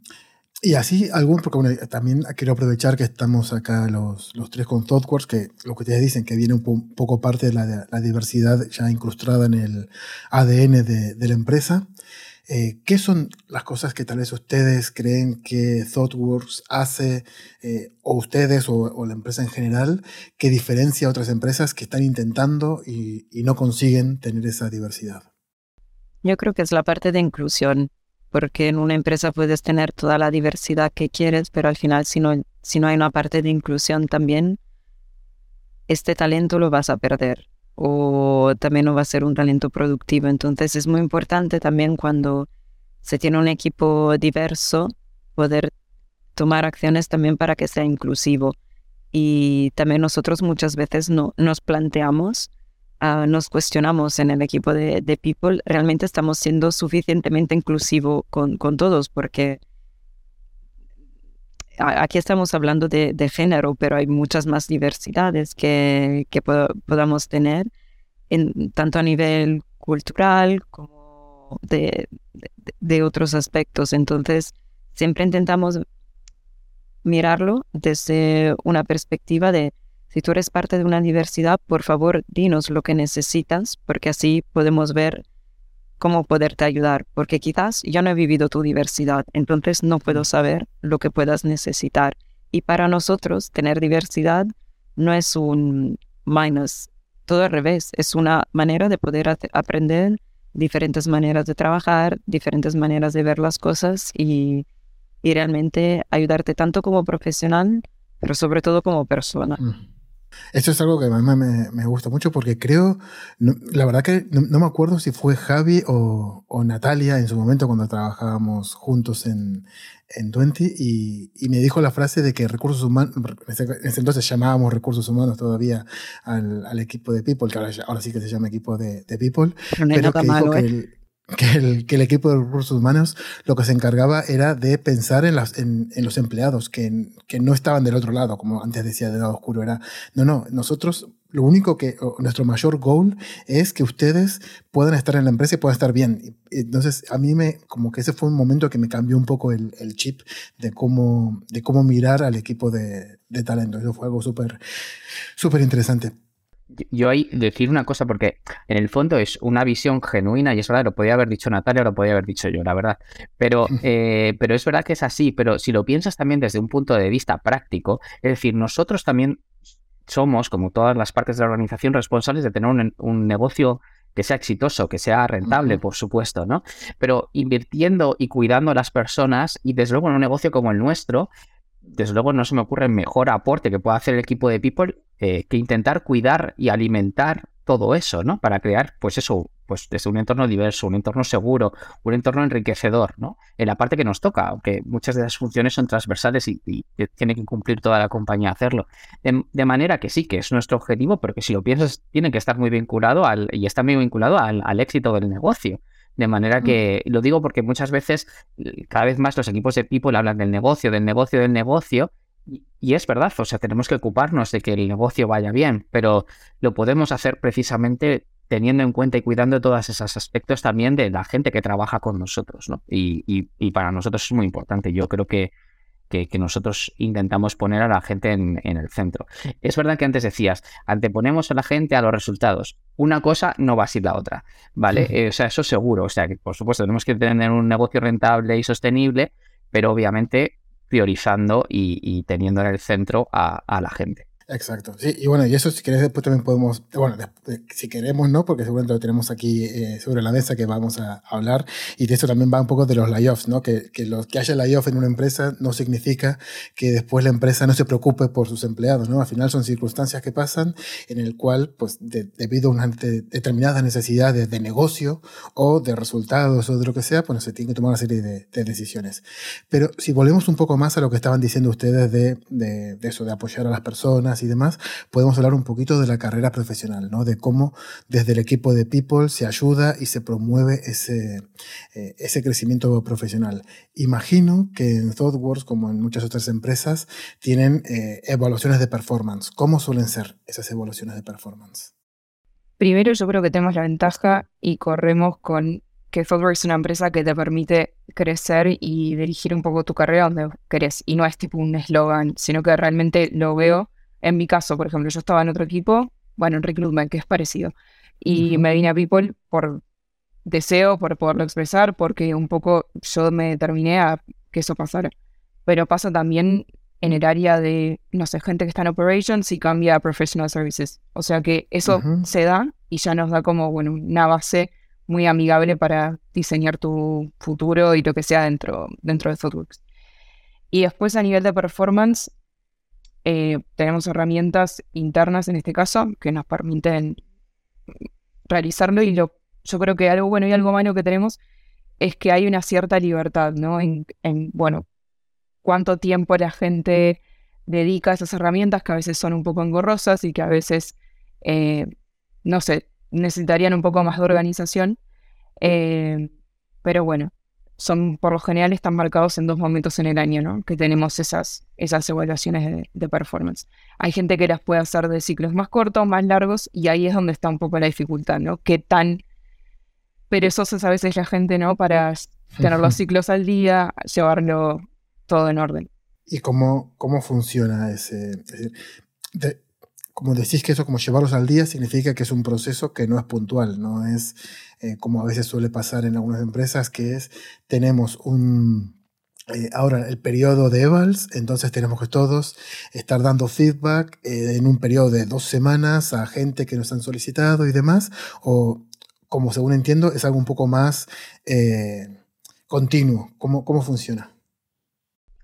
y así algún, porque bueno, también quiero aprovechar que estamos acá los, los tres con Thoughtworks, que lo que ustedes dicen, que viene un po- poco parte de la, de la diversidad ya incrustada en el A D N de, de la empresa. Eh, ¿Qué son las cosas que tal vez ustedes creen que Thoughtworks hace, eh, o ustedes o, o la empresa en general, que diferencia a otras empresas que están intentando y, y no consiguen tener esa diversidad? Yo creo que es la parte de inclusión, porque en una empresa puedes tener toda la diversidad que quieres, pero al final si no, si no hay una parte de inclusión también, este talento lo vas a perder. O también no va a ser un talento productivo. Entonces es muy importante también cuando se tiene un equipo diverso poder tomar acciones también para que sea inclusivo. Y también nosotros muchas veces no, nos planteamos, uh, nos cuestionamos en el equipo de, de People, ¿realmente estamos siendo suficientemente inclusivos con, con todos? Porque aquí estamos hablando de, de género, pero hay muchas más diversidades que, que pod- podamos tener. En, tanto a nivel cultural como de, de, de otros aspectos. Entonces, siempre intentamos mirarlo desde una perspectiva de, si tú eres parte de una diversidad, por favor, dinos lo que necesitas, porque así podemos ver cómo poderte ayudar. Porque quizás yo no he vivido tu diversidad, entonces no puedo saber lo que puedas necesitar. Y para nosotros, tener diversidad no es un minus. Todo al revés, es una manera de poder hacer, aprender diferentes maneras de trabajar, diferentes maneras de ver las cosas y, y realmente ayudarte tanto como profesional, pero sobre todo como persona. Esto es algo que además me, me gusta mucho porque creo, no, la verdad que no, no me acuerdo si fue Javi o, o Natalia en su momento cuando trabajábamos juntos en, en veinte y, y me dijo la frase de que recursos humanos, en ese, en ese entonces llamábamos recursos humanos todavía al, al equipo de People, que ahora, ahora sí que se llama equipo de, de People, Pero no hay pero nada que malo, dijo ¿eh? que el, que el, que el equipo de recursos humanos lo que se encargaba era de pensar en, las, en, en los empleados, que, que no estaban del otro lado, como antes decía del lado oscuro. Era, no, no, nosotros lo único que, nuestro mayor goal es que ustedes puedan estar en la empresa y puedan estar bien. Entonces, a mí me, como que ese fue un momento que me cambió un poco el, el chip de cómo, de cómo mirar al equipo de, de talento. Eso fue algo súper, súper interesante. Yo ahí decir una cosa, porque en el fondo es una visión genuina y es verdad, lo podía haber dicho Natalia o lo podía haber dicho yo, la verdad. Pero, eh, pero es verdad que es así, pero si lo piensas también desde un punto de vista práctico, es decir, nosotros también somos, como todas las partes de la organización, responsables de tener un, un negocio que sea exitoso, que sea rentable, uh-huh. por supuesto, ¿no? Pero invirtiendo y cuidando a las personas, y desde luego en un negocio como el nuestro, desde luego no se me ocurre mejor aporte que pueda hacer el equipo de People eh, que intentar cuidar y alimentar todo eso, ¿no? Para crear, pues eso, pues desde un entorno diverso, un entorno seguro, un entorno enriquecedor, ¿no? En la parte que nos toca, aunque muchas de las funciones son transversales y, y tiene que cumplir toda la compañía a hacerlo. De, de manera que sí, que es nuestro objetivo, pero que si lo piensas, tiene que estar muy vinculado al, y está muy vinculado al, al éxito del negocio. De manera que, lo digo porque muchas veces, cada vez más los equipos de People hablan del negocio, del negocio, del negocio, y, y es verdad, o sea, tenemos que ocuparnos de que el negocio vaya bien, pero lo podemos hacer precisamente teniendo en cuenta y cuidando todos esos aspectos también de la gente que trabaja con nosotros, ¿no? Y, y, y para nosotros es muy importante. Yo creo que Que, que nosotros intentamos poner a la gente en, en el centro. Es verdad que antes decías, anteponemos a la gente a los resultados. Una cosa no va sin la otra, ¿vale? Sí. Eh, o sea, eso seguro. O sea, que por supuesto tenemos que tener un negocio rentable y sostenible, pero obviamente priorizando y, y teniendo en el centro a, a la gente. Exacto, sí, y bueno, y eso si querés después también podemos, bueno, después, si queremos, ¿no? Porque seguramente lo tenemos aquí eh, sobre la mesa que vamos a hablar, y de eso también va un poco de los layoffs, ¿no? Que, que, los, que haya layoff en una empresa no significa que después la empresa no se preocupe por sus empleados, ¿no? Al final son circunstancias que pasan en el cual, pues, de, debido a unas de, determinadas necesidades de negocio o de resultados o de lo que sea, pues se tiene que tomar una serie de, de decisiones. Pero si volvemos un poco más a lo que estaban diciendo ustedes de, de, de eso, de apoyar a las personas y demás, podemos hablar un poquito de la carrera profesional, ¿no? De cómo desde el equipo de People se ayuda y se promueve ese, eh, ese crecimiento profesional. Imagino que en ThoughtWorks, como en muchas otras empresas, tienen eh, evaluaciones de performance. ¿Cómo suelen ser esas evaluaciones de performance? Primero, yo creo que tenemos la ventaja y corremos con que ThoughtWorks es una empresa que te permite crecer y dirigir un poco tu carrera donde querés. Y no es tipo un eslogan, sino que realmente lo veo. En mi caso, por ejemplo, yo estaba en otro equipo, bueno, en Recruitment, que es parecido, y uh-huh. me vine a People por deseo, por poderlo expresar, porque un poco yo me determiné a que eso pasara. Pero pasa también en el área de, no sé, gente que está en Operations y cambia a Professional Services. O sea que eso uh-huh. se da y ya nos da como, bueno, una base muy amigable para diseñar tu futuro y lo que sea dentro, dentro de ThoughtWorks. Y después a nivel de performance, Eh, tenemos herramientas internas en este caso que nos permiten realizarlo y lo, yo creo que algo bueno y algo malo que tenemos es que hay una cierta libertad, ¿no? En, en bueno, cuánto tiempo la gente dedica a esas herramientas que a veces son un poco engorrosas y que a veces, eh, no sé, necesitarían un poco más de organización, eh, pero bueno, son por lo general están marcados en dos momentos en el año, ¿no? Que tenemos esas, esas evaluaciones de, de performance. Hay gente que las puede hacer de ciclos más cortos, más largos, y ahí es donde está un poco la dificultad, ¿no? Qué tan perezosas a veces la gente, ¿no? Para tener los ciclos al día, llevarlo todo en orden. ¿Y cómo, cómo funciona ese...? Es decir, de, como decís que eso, como llevarlos al día, significa que es un proceso que no es puntual, no es eh, como a veces suele pasar en algunas empresas, que es, tenemos un... Eh, ahora el periodo de evals, entonces tenemos que todos estar dando feedback eh, en un periodo de dos semanas a gente que nos han solicitado y demás, o como según entiendo es algo un poco más eh, continuo. ¿Cómo, cómo funciona?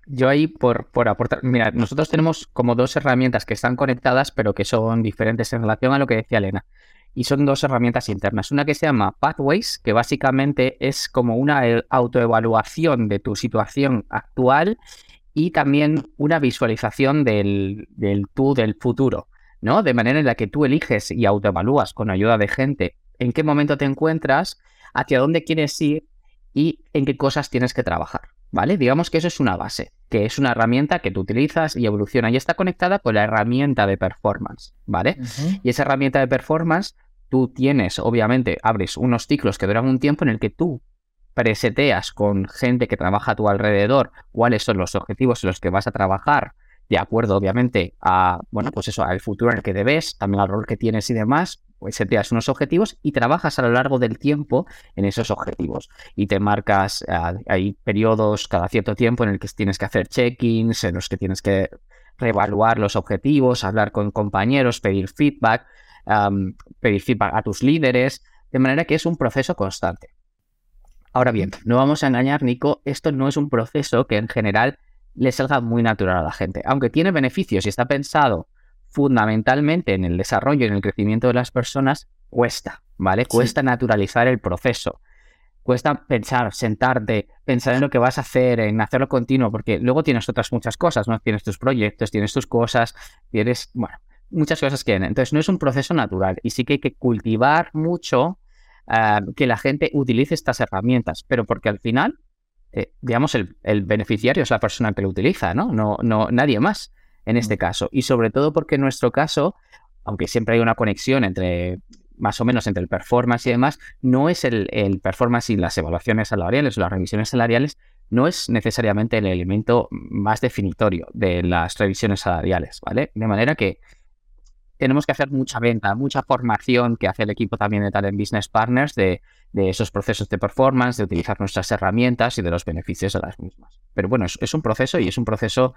Yo ahí por, por aportar, mira, nosotros tenemos como dos herramientas que están conectadas, pero que son diferentes en relación a lo que decía Elena. Y son dos herramientas internas. Una que se llama Pathways, que básicamente es como una autoevaluación de tu situación actual y también una visualización del, del tú del futuro, ¿no? De manera en la que tú eliges y autoevalúas con ayuda de gente en qué momento te encuentras, hacia dónde quieres ir y en qué cosas tienes que trabajar. ¿Vale? Digamos que eso es una base, que es una herramienta que tú utilizas y evoluciona y está conectada con la herramienta de performance, ¿vale? Uh-huh. Y esa herramienta de performance, tú tienes, obviamente, abres unos ciclos que duran un tiempo en el que tú preseteas con gente que trabaja a tu alrededor cuáles son los objetivos en los que vas a trabajar, de acuerdo, obviamente, a, bueno, pues eso, al futuro en el que te ves, también al rol que tienes y demás, pues seteas unos objetivos y trabajas a lo largo del tiempo en esos objetivos. Y te marcas, uh, hay periodos cada cierto tiempo en el que tienes que hacer check-ins, en los que tienes que reevaluar los objetivos, hablar con compañeros, pedir feedback, um, pedir feedback a tus líderes, de manera que es un proceso constante. Ahora bien, no vamos a engañar, Nico, esto no es un proceso que en general le salga muy natural a la gente. Aunque tiene beneficios y está pensado fundamentalmente en el desarrollo y en el crecimiento de las personas, cuesta, ¿vale? Cuesta sí. naturalizar el proceso. Cuesta pensar, sentarte, pensar en lo que vas a hacer, en hacerlo continuo, porque luego tienes otras muchas cosas, ¿no? Tienes tus proyectos, tienes tus cosas, tienes, bueno, muchas cosas que vienen. Entonces no es un proceso natural y sí que hay que cultivar mucho uh, que la gente utilice estas herramientas, pero porque al final Eh, digamos, el, el beneficiario es la persona que lo utiliza, ¿no? No, no nadie más en este caso. Y sobre todo porque en nuestro caso, aunque siempre hay una conexión entre, más o menos, entre el performance y demás, no es el, el performance y las evaluaciones salariales o las revisiones salariales, no es necesariamente el elemento más definitorio de las revisiones salariales, ¿vale? De manera que tenemos que hacer mucha venta, mucha formación que hace el equipo también de Talent Business Partners de, de esos procesos de performance, de utilizar nuestras herramientas y de los beneficios de las mismas. Pero bueno, es, es un proceso y es un proceso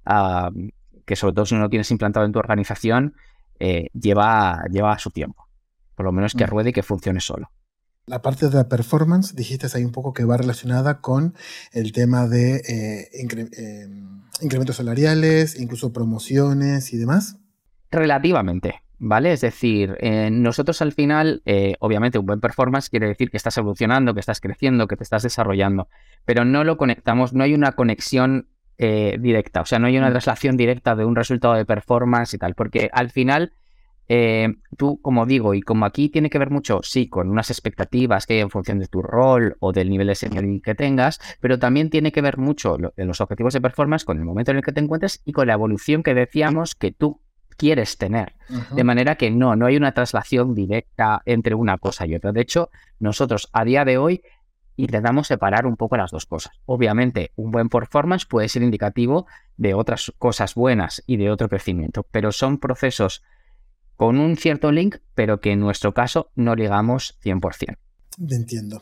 uh, que sobre todo si no lo tienes implantado en tu organización, eh, lleva, lleva su tiempo. Por lo menos que ruede y que funcione solo. La parte de la performance, dijiste ahí un poco que va relacionada con el tema de eh, incre- eh, incrementos salariales, incluso promociones y demás. Relativamente, ¿vale? Es decir, eh, nosotros al final, eh, obviamente un buen performance quiere decir que estás evolucionando, que estás creciendo, que te estás desarrollando, pero no lo conectamos, no hay una conexión eh, directa, o sea, no hay una traslación directa de un resultado de performance y tal, porque al final, eh, tú, como digo, y como aquí tiene que ver mucho, sí, con unas expectativas que hay en función de tu rol o del nivel de seniority que tengas, pero también tiene que ver mucho lo, de los objetivos de performance con el momento en el que te encuentres y con la evolución que decíamos que tú quieres tener, uh-huh. de manera que no, no hay una traslación directa entre una cosa y otra. De hecho, nosotros a día de hoy intentamos separar un poco las dos cosas. Obviamente, un buen performance puede ser indicativo de otras cosas buenas y de otro crecimiento, pero son procesos con un cierto link, pero que en nuestro caso no ligamos cien por ciento. Entiendo.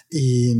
Y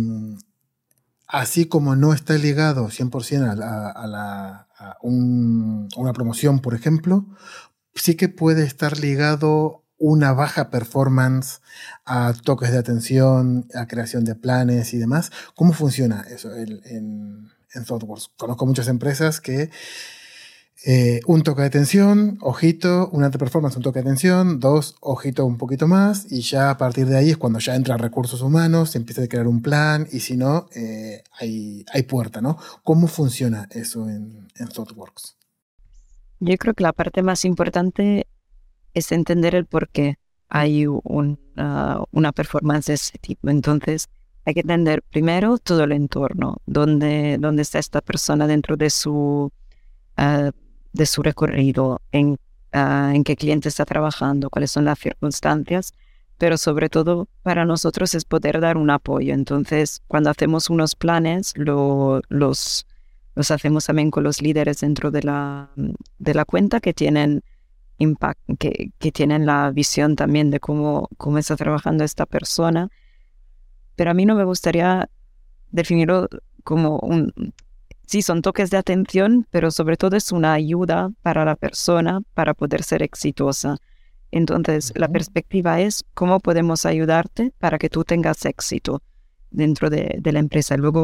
así como no está ligado cien por ciento a, la, a, la, a un, una promoción, por ejemplo, sí que puede estar ligado una baja performance a toques de atención, a creación de planes y demás. ¿Cómo funciona eso en, en, en ThoughtWorks? Conozco muchas empresas que eh, un toque de atención, ojito, una alta performance, un toque de atención, dos, ojito un poquito más, y ya a partir de ahí es cuando ya entra recursos humanos, se empieza a crear un plan, y si no, eh, hay, hay puerta, ¿no? ¿Cómo funciona eso en, en ThoughtWorks? Yo creo que la parte más importante es entender el por qué hay un, uh, una performance de ese tipo. Entonces, hay que entender primero todo el entorno, dónde, dónde está esta persona dentro de su, uh, de su recorrido, en, uh, en qué cliente está trabajando, cuáles son las circunstancias, pero sobre todo para nosotros es poder dar un apoyo. Entonces, cuando hacemos unos planes, lo, los... los hacemos también con los líderes dentro de la, de la cuenta que tienen impact, que, que tienen la visión también de cómo, cómo está trabajando esta persona. Pero a mí no me gustaría definirlo como un... Sí, son toques de atención, pero sobre todo es una ayuda para la persona para poder ser exitosa. Entonces, uh-huh. la perspectiva es cómo podemos ayudarte para que tú tengas éxito dentro de, de la empresa. Luego,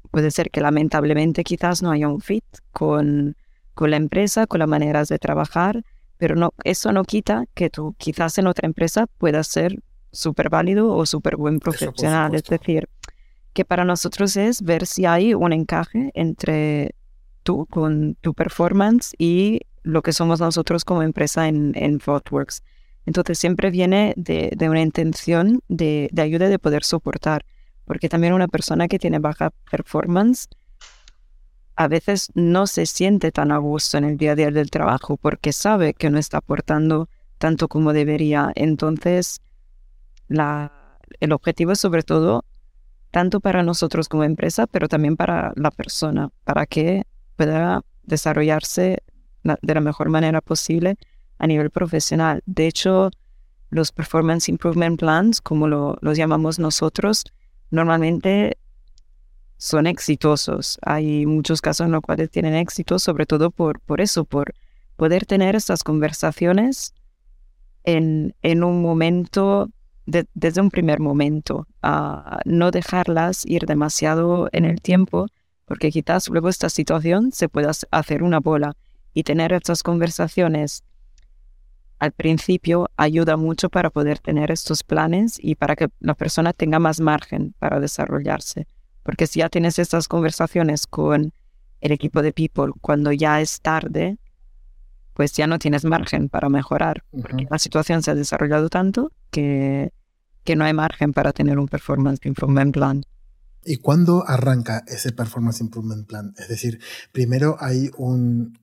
puede ser que lamentablemente quizás no haya un fit con, con la empresa, con las maneras de trabajar, pero no, eso no quita que tú quizás en otra empresa puedas ser súper válido o súper buen profesional. Es decir, que para nosotros es ver si hay un encaje entre tú con tu performance y lo que somos nosotros como empresa en, en ThoughtWorks. Entonces siempre viene de, de una intención de, de ayuda de poder soportar, porque también una persona que tiene baja performance a veces no se siente tan a gusto en el día a día del trabajo porque sabe que no está aportando tanto como debería. Entonces la, el objetivo es sobre todo tanto para nosotros como empresa, pero también para la persona, para que pueda desarrollarse la, de la mejor manera posible a nivel profesional. De hecho, los Performance Improvement Plans, como lo, los llamamos nosotros, normalmente son exitosos. Hay muchos casos en los cuales tienen éxito, sobre todo por, por eso, por poder tener estas conversaciones en, en un momento, de, desde un primer momento, uh, no dejarlas ir demasiado en el tiempo, porque quizás luego esta situación se pueda hacer una bola, y tener estas conversaciones al principio ayuda mucho para poder tener estos planes y para que la persona tenga más margen para desarrollarse. Porque si ya tienes estas conversaciones con el equipo de People cuando ya es tarde, pues ya no tienes margen para mejorar. Uh-huh. Porque la situación se ha desarrollado tanto que, que no hay margen para tener un Performance Improvement Plan. ¿Y cuándo arranca ese Performance Improvement Plan? Es decir, primero hay un...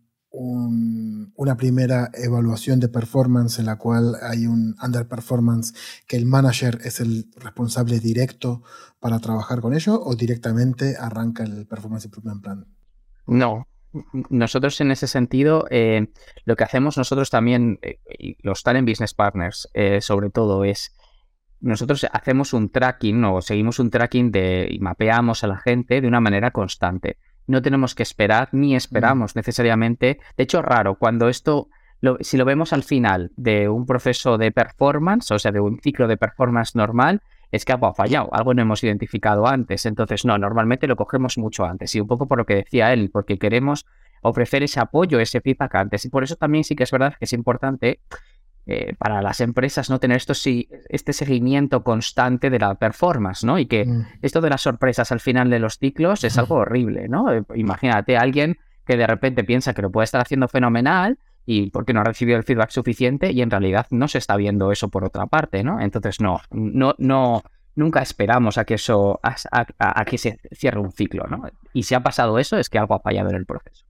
Un, una primera evaluación de performance en la cual hay un underperformance que el manager es el responsable directo para trabajar con ello, o directamente arranca el Performance Improvement Plan? No, nosotros en ese sentido eh, lo que hacemos nosotros también, eh, los Talent Business Partners eh, sobre todo, es nosotros hacemos un tracking o seguimos un tracking de, y mapeamos a la gente de una manera constante. No tenemos que esperar ni esperamos necesariamente. De hecho, es raro cuando esto, lo, si lo vemos al final de un proceso de performance, o sea, de un ciclo de performance normal, es que algo ha fallado, algo no hemos identificado antes. Entonces, no, normalmente lo cogemos mucho antes. Y un poco por lo que decía él, porque queremos ofrecer ese apoyo, ese feedback antes. Y por eso también sí que es verdad que es importante Eh, para las empresas no tener esto sí, este seguimiento constante de la performance, ¿no? Y que mm. esto de las sorpresas al final de los ciclos es algo horrible, ¿no? Eh, imagínate a alguien que de repente piensa que lo puede estar haciendo fenomenal y porque no ha recibido el feedback suficiente y en realidad no se está viendo eso por otra parte, ¿no? Entonces no, no, no, nunca esperamos a que eso, a, a, a que se cierre un ciclo, ¿no? Y si ha pasado eso es que algo ha fallado en el proceso.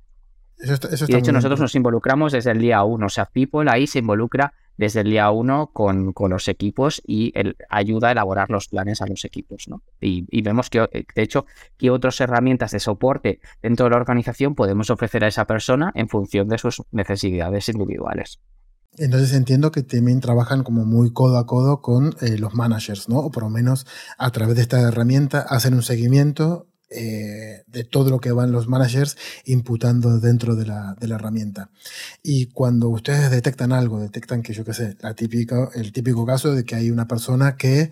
Eso está, eso está y de hecho nosotros bien. Nos involucramos desde el día uno, o sea, People ahí se involucra desde el día uno con, con los equipos y el, ayuda a elaborar los planes a los equipos, ¿no? Y, y vemos que, de hecho, qué otras herramientas de soporte dentro de la organización podemos ofrecer a esa persona en función de sus necesidades individuales. Entonces entiendo que también trabajan como muy codo a codo con eh, los managers, ¿no? O por lo menos a través de esta herramienta hacen un seguimiento Eh, de todo lo que van los managers imputando dentro de la, de la herramienta. Y cuando ustedes detectan algo, detectan que yo qué sé, la típica, el típico caso de que hay una persona que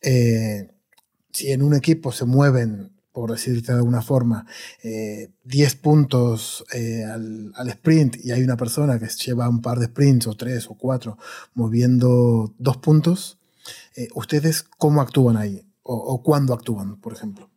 eh, si en un equipo se mueven, por decirte de alguna forma, eh, diez puntos eh, al, al sprint y hay una persona que lleva un par de sprints o tres o cuatro moviendo dos puntos, eh, ¿ustedes cómo actúan ahí? O, o ¿cuándo actúan, por ejemplo?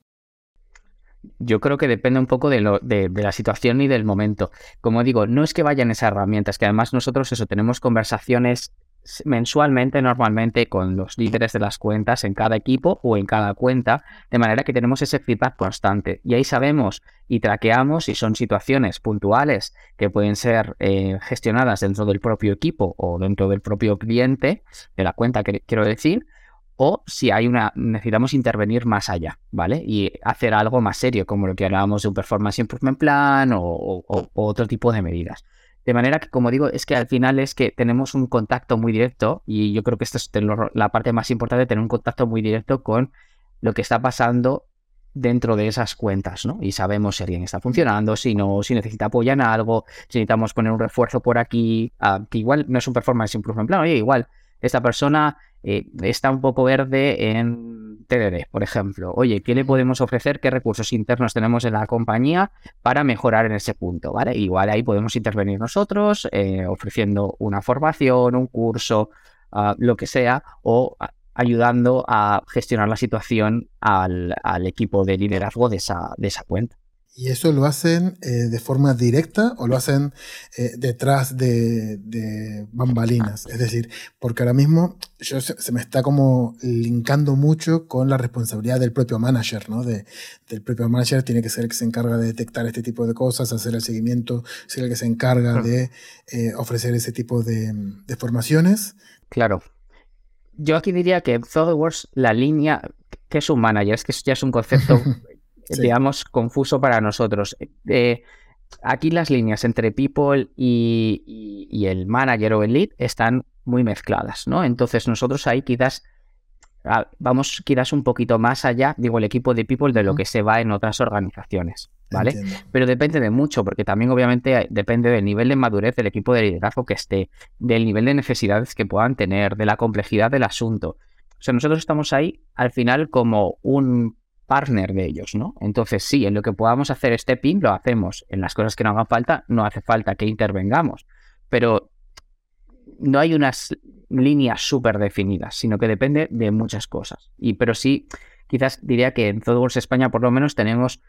Yo creo que depende un poco de, lo, de, de la situación y del momento. Como digo, no es que vayan esas herramientas, que además nosotros eso tenemos conversaciones mensualmente, normalmente, con los líderes de las cuentas en cada equipo o en cada cuenta, de manera que tenemos ese feedback constante. Y ahí sabemos y traqueamos si son situaciones puntuales que pueden ser eh, gestionadas dentro del propio equipo o dentro del propio cliente, de la cuenta que quiero decir, o si hay una necesitamos intervenir más allá, ¿vale? Y hacer algo más serio, como lo que hablábamos de un Performance Improvement Plan o, o, o otro tipo de medidas. De manera que, como digo, es que al final es que tenemos un contacto muy directo, y yo creo que esta es la parte más importante, tener un contacto muy directo con lo que está pasando dentro de esas cuentas, ¿no? Y sabemos si alguien está funcionando, si no, si necesita apoyo en algo, si necesitamos poner un refuerzo por aquí, uh, que igual no es un Performance Improvement Plan, oye, igual esta persona eh, está un poco verde en T D D, por ejemplo. Oye, ¿qué le podemos ofrecer? ¿Qué recursos internos tenemos en la compañía para mejorar en ese punto? ¿Vale? Igual ahí podemos intervenir nosotros eh, ofreciendo una formación, un curso, uh, lo que sea, o uh, ayudando a gestionar la situación al, al equipo de liderazgo de esa, de esa cuenta. ¿Y eso lo hacen eh, de forma directa o lo hacen eh, detrás de, de bambalinas? Es decir, porque ahora mismo yo, se, se me está como linkando mucho con la responsabilidad del propio manager, ¿no? De, del propio manager tiene que ser el que se encarga de detectar este tipo de cosas, hacer el seguimiento, ser el que se encarga claro. de eh, ofrecer ese tipo de, de formaciones. Claro. Yo aquí diría que en ThoughtWorks la línea, que es un manager, es que ya es un concepto... Sí. digamos, confuso para nosotros. Eh, aquí las líneas entre people y, y, y el manager o el lead están muy mezcladas, ¿no? Entonces nosotros ahí quizás ah, vamos quizás un poquito más allá, digo, el equipo de people de lo que se va en otras organizaciones, ¿vale? Entiendo. Pero depende de mucho, porque también obviamente depende del nivel de madurez del equipo de liderazgo que esté, del nivel de necesidades que puedan tener, de la complejidad del asunto. O sea, nosotros estamos ahí al final como un partner de ellos, ¿no? Entonces, sí, en lo que podamos hacer stepping lo hacemos. En las cosas que no hagan falta, no hace falta que intervengamos. Pero no hay unas líneas súper definidas, sino que depende de muchas cosas. Y pero sí, quizás diría que en ThoughtWorks España por lo menos tenemos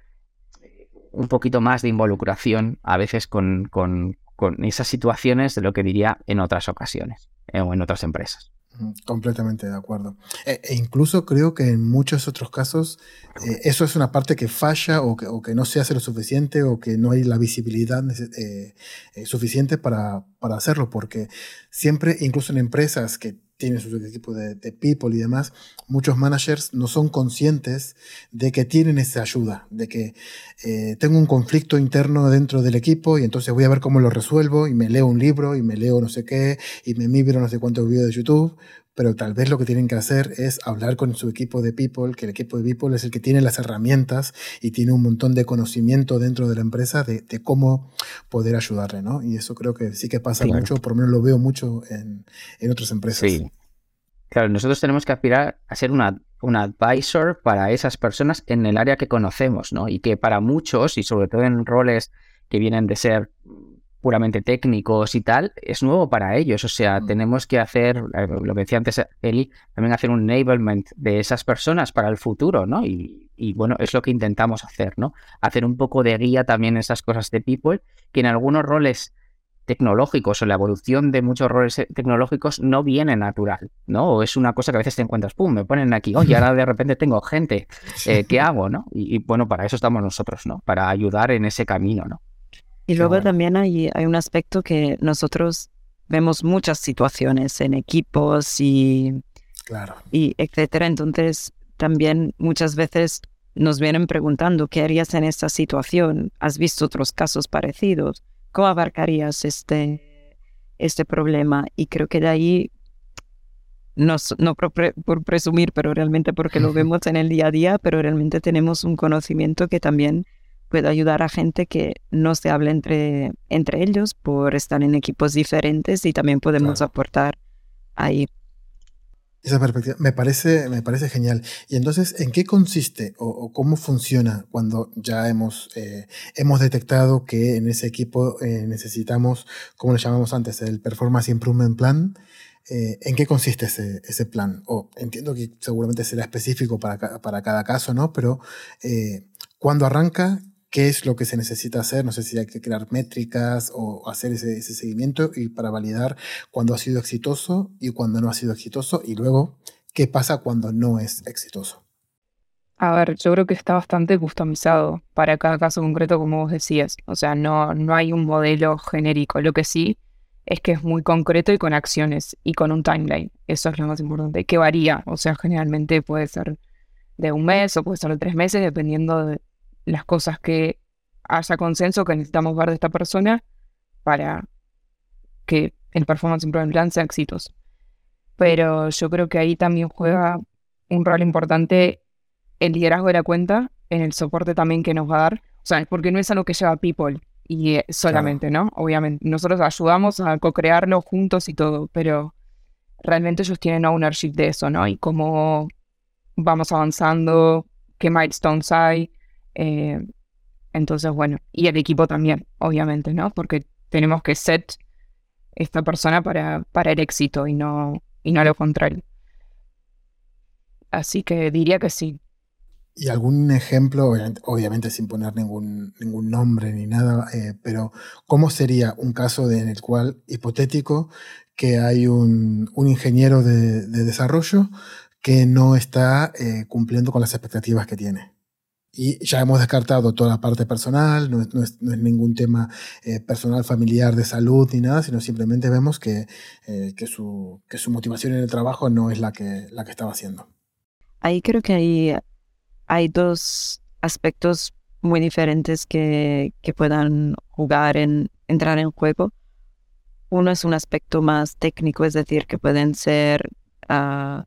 un poquito más de involucración a veces con, con, con esas situaciones de lo que diría en otras ocasiones eh, o en otras empresas. Completamente de acuerdo. E, e incluso creo que en muchos otros casos eh, eso es una parte que falla o que, o que no se hace lo suficiente o que no hay la visibilidad eh, eh, suficiente para, para hacerlo, porque siempre, incluso en empresas que tienen su equipo de, de people y demás, muchos managers no son conscientes de que tienen esa ayuda, de que eh, tengo un conflicto interno dentro del equipo y entonces voy a ver cómo lo resuelvo y me leo un libro y me leo no sé qué y me miro no sé cuántos videos de YouTube, pero tal vez lo que tienen que hacer es hablar con su equipo de people, que el equipo de people es el que tiene las herramientas y tiene un montón de conocimiento dentro de la empresa de, de cómo poder ayudarle, ¿no? Y eso creo que sí que pasa claro. mucho, por lo menos lo veo mucho en, en otras empresas. Sí. Claro, nosotros tenemos que aspirar a ser una, un advisor para esas personas en el área que conocemos, ¿no? Y que para muchos, y sobre todo en roles que vienen de ser puramente técnicos y tal, es nuevo para ellos. O sea, mm. tenemos que hacer, lo que decía antes Eli, también hacer un enablement de esas personas para el futuro, ¿no? Y, y bueno, es lo que intentamos hacer, ¿no? Hacer un poco de guía también en esas cosas de people, que en algunos roles tecnológicos o la evolución de muchos roles tecnológicos no viene natural, ¿no? O es una cosa que a veces te encuentras, pum, me ponen aquí, oye, ahora de repente tengo gente, eh, ¿qué hago, no? Y, y bueno, para eso estamos nosotros, ¿no? Para ayudar en ese camino, ¿no? Y luego bueno. también hay, hay un aspecto que nosotros vemos muchas situaciones en equipos y, claro. y etcétera. Entonces, también muchas veces nos vienen preguntando, ¿qué harías en esta situación? ¿Has visto otros casos parecidos? ¿Cómo abarcarías este, este problema? Y creo que de ahí, no, no por, pre, por presumir, pero realmente porque lo vemos en el día a día, pero realmente tenemos un conocimiento que también puede ayudar a gente que no se habla entre, entre ellos por estar en equipos diferentes y también podemos claro. aportar ahí. Esa perspectiva me parece, me parece genial. Y entonces, ¿en qué consiste o, o cómo funciona cuando ya hemos, eh, hemos detectado que en ese equipo eh, necesitamos, como lo llamamos antes, el Performance Improvement Plan? Eh, ¿En qué consiste ese, ese plan? O entiendo que seguramente será específico para, para cada caso, ¿no? Pero eh, ¿cuándo arranca? ¿Qué es lo que se necesita hacer? No sé si hay que crear métricas o hacer ese, ese seguimiento y para validar cuándo ha sido exitoso y cuándo no ha sido exitoso. Y luego, ¿qué pasa cuando no es exitoso? A ver, yo creo que está bastante customizado para cada caso concreto, como vos decías. O sea, no, no hay un modelo genérico. Lo que sí es que es muy concreto y con acciones y con un timeline. Eso es lo más importante, que varía. O sea, generalmente puede ser de un mes o puede ser de tres meses, dependiendo de las cosas que haya consenso que necesitamos ver de esta persona para que el Performance Improvement Plan sea exitoso. Pero yo creo que ahí también juega un rol importante el liderazgo de la cuenta, en el soporte también que nos va a dar. O sea, porque no es algo que lleva people y eh, solamente, claro. ¿no? Obviamente, nosotros ayudamos a co-crearlo juntos y todo, pero realmente ellos tienen ownership de eso, ¿no? Y cómo vamos avanzando, qué milestones hay. Eh, entonces, bueno, y el equipo también, obviamente, ¿no? Porque tenemos que set esta persona para, para el éxito y no, y no lo contrario. Así que diría que sí. ¿Y algún ejemplo, obviamente, obviamente sin poner ningún, ningún nombre ni nada, eh, pero cómo sería un caso de, en el cual, hipotético, que hay un, un ingeniero de, de desarrollo que no está eh, cumpliendo con las expectativas que tiene? Y ya hemos descartado toda la parte personal, no es, no es, no es ningún tema eh, personal, familiar, de salud ni nada, sino simplemente vemos que, eh, que, su, que su motivación en el trabajo no es la que, la que estaba haciendo. Ahí creo que hay, hay dos aspectos muy diferentes que, que puedan jugar en entrar en juego. Uno es un aspecto más técnico, es decir, que pueden ser, uh,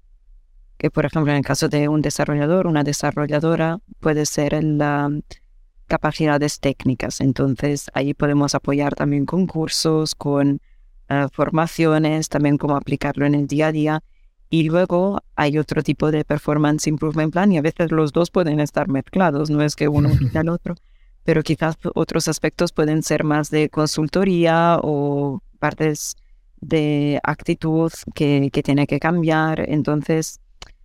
que por ejemplo en el caso de un desarrollador, una desarrolladora, puede ser las uh, capacidades técnicas. Entonces ahí podemos apoyar también con cursos, con uh, formaciones, también cómo aplicarlo en el día a día. Y luego hay otro tipo de performance improvement plan y a veces los dos pueden estar mezclados, no es que uno quita al otro, pero quizás otros aspectos pueden ser más de consultoría o partes de actitud que, que tiene que cambiar. Entonces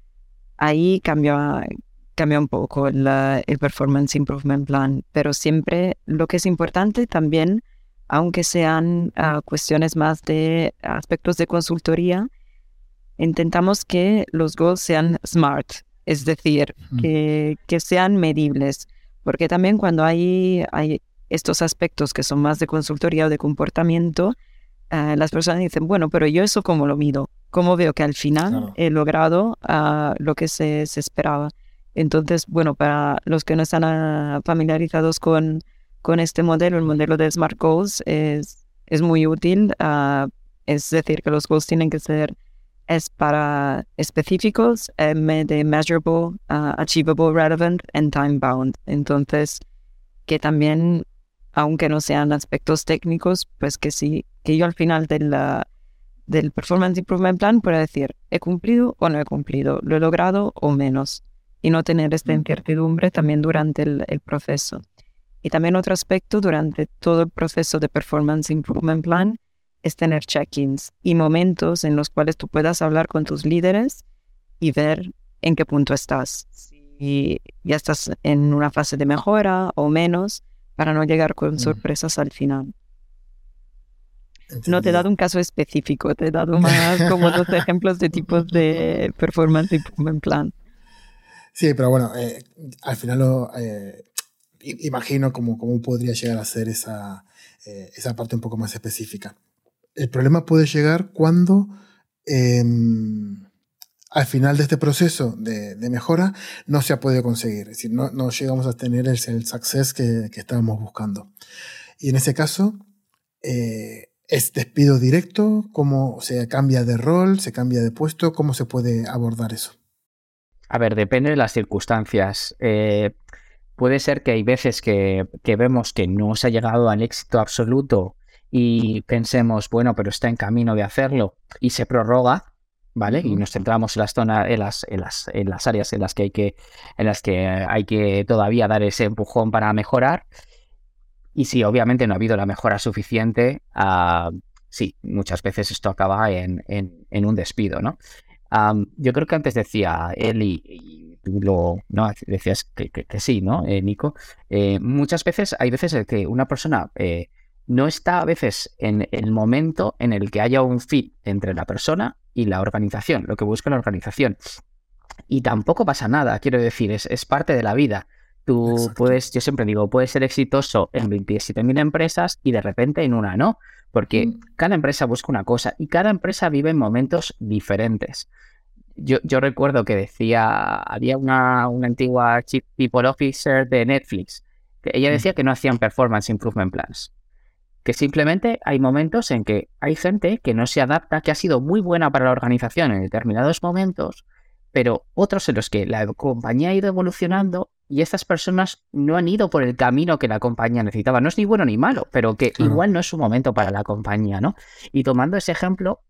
ahí cambia, cambia un poco la, el performance improvement plan, pero siempre lo que es importante también, aunque sean uh, cuestiones más de aspectos de consultoría, intentamos que los goals sean SMART, es decir, mm. que, que sean medibles, porque también cuando hay, hay estos aspectos que son más de consultoría o de comportamiento, uh, las personas dicen, bueno, pero yo eso ¿cómo lo mido? ¿Cómo veo que al final claro. he logrado uh, lo que se, se esperaba? Entonces, bueno, para los que no están uh, familiarizados con, con este modelo, el modelo de SMART Goals es, es muy útil, uh, es decir, que los goals tienen que ser es para específicos, M de measurable, uh, achievable, relevant and time bound. Entonces, que también, aunque no sean aspectos técnicos, pues que sí, que yo al final de la, del Performance Improvement Plan pueda decir, ¿he cumplido o no he cumplido? ¿Lo he logrado o menos? Y no tener esta incertidumbre también durante el, el proceso. Y también otro aspecto durante todo el proceso de Performance Improvement Plan es tener check-ins y momentos en los cuales tú puedas hablar con tus líderes y ver en qué punto estás. Si ya estás en una fase de mejora o menos, para no llegar con sorpresas al final. Entendido. No te he dado un caso específico, te he dado más como dos ejemplos de tipos de Performance Improvement Plan. Sí, pero bueno, eh, al final lo, eh, imagino cómo, cómo podría llegar a ser esa, eh, esa parte un poco más específica. El problema puede llegar cuando eh, al final de este proceso de, de mejora no se ha podido conseguir. Es decir, no, no llegamos a tener el, el success que, que estábamos buscando. Y en ese caso, eh, ¿es despido directo? ¿Cómo se cambia de rol? ¿Se cambia de puesto? ¿Cómo se puede abordar eso? A ver, depende de las circunstancias. Eh, puede ser que hay veces que, que vemos que no se ha llegado al éxito absoluto y pensemos, bueno, pero está en camino de hacerlo y se prorroga, ¿vale? Uh-huh. Y nos centramos en las zonas, en las, en las, en las áreas en las que hay que, en las que hay que todavía dar ese empujón para mejorar. Y si obviamente no ha habido la mejora suficiente, uh, sí, muchas veces esto acaba en, en, en un despido, ¿no? Um, yo creo que antes decía él y, y tú lo, ¿no? Decías que, que, que sí, ¿no, eh, Nico? Eh, muchas veces, hay veces en que una persona eh, no está a veces en el momento en el que haya un fit entre la persona y la organización, lo que busca la organización. Y tampoco pasa nada, quiero decir, es, es parte de la vida. Tú Exacto. puedes, yo siempre digo, puedes ser exitoso en veintisiete mil empresas y de repente en una no, porque mm. cada empresa busca una cosa y cada empresa vive en momentos diferentes. Yo, yo recuerdo que decía, había una, una antigua Chief People Officer de Netflix, que ella decía mm. que no hacían Performance Improvement Plans. Que simplemente hay momentos en que hay gente que no se adapta, que ha sido muy buena para la organización en determinados momentos, pero otros en los que la compañía ha ido evolucionando y estas personas no han ido por el camino que la compañía necesitaba. No es ni bueno ni malo, pero que claro. igual no es un momento para la compañía, ¿no? Y tomando ese ejemplo,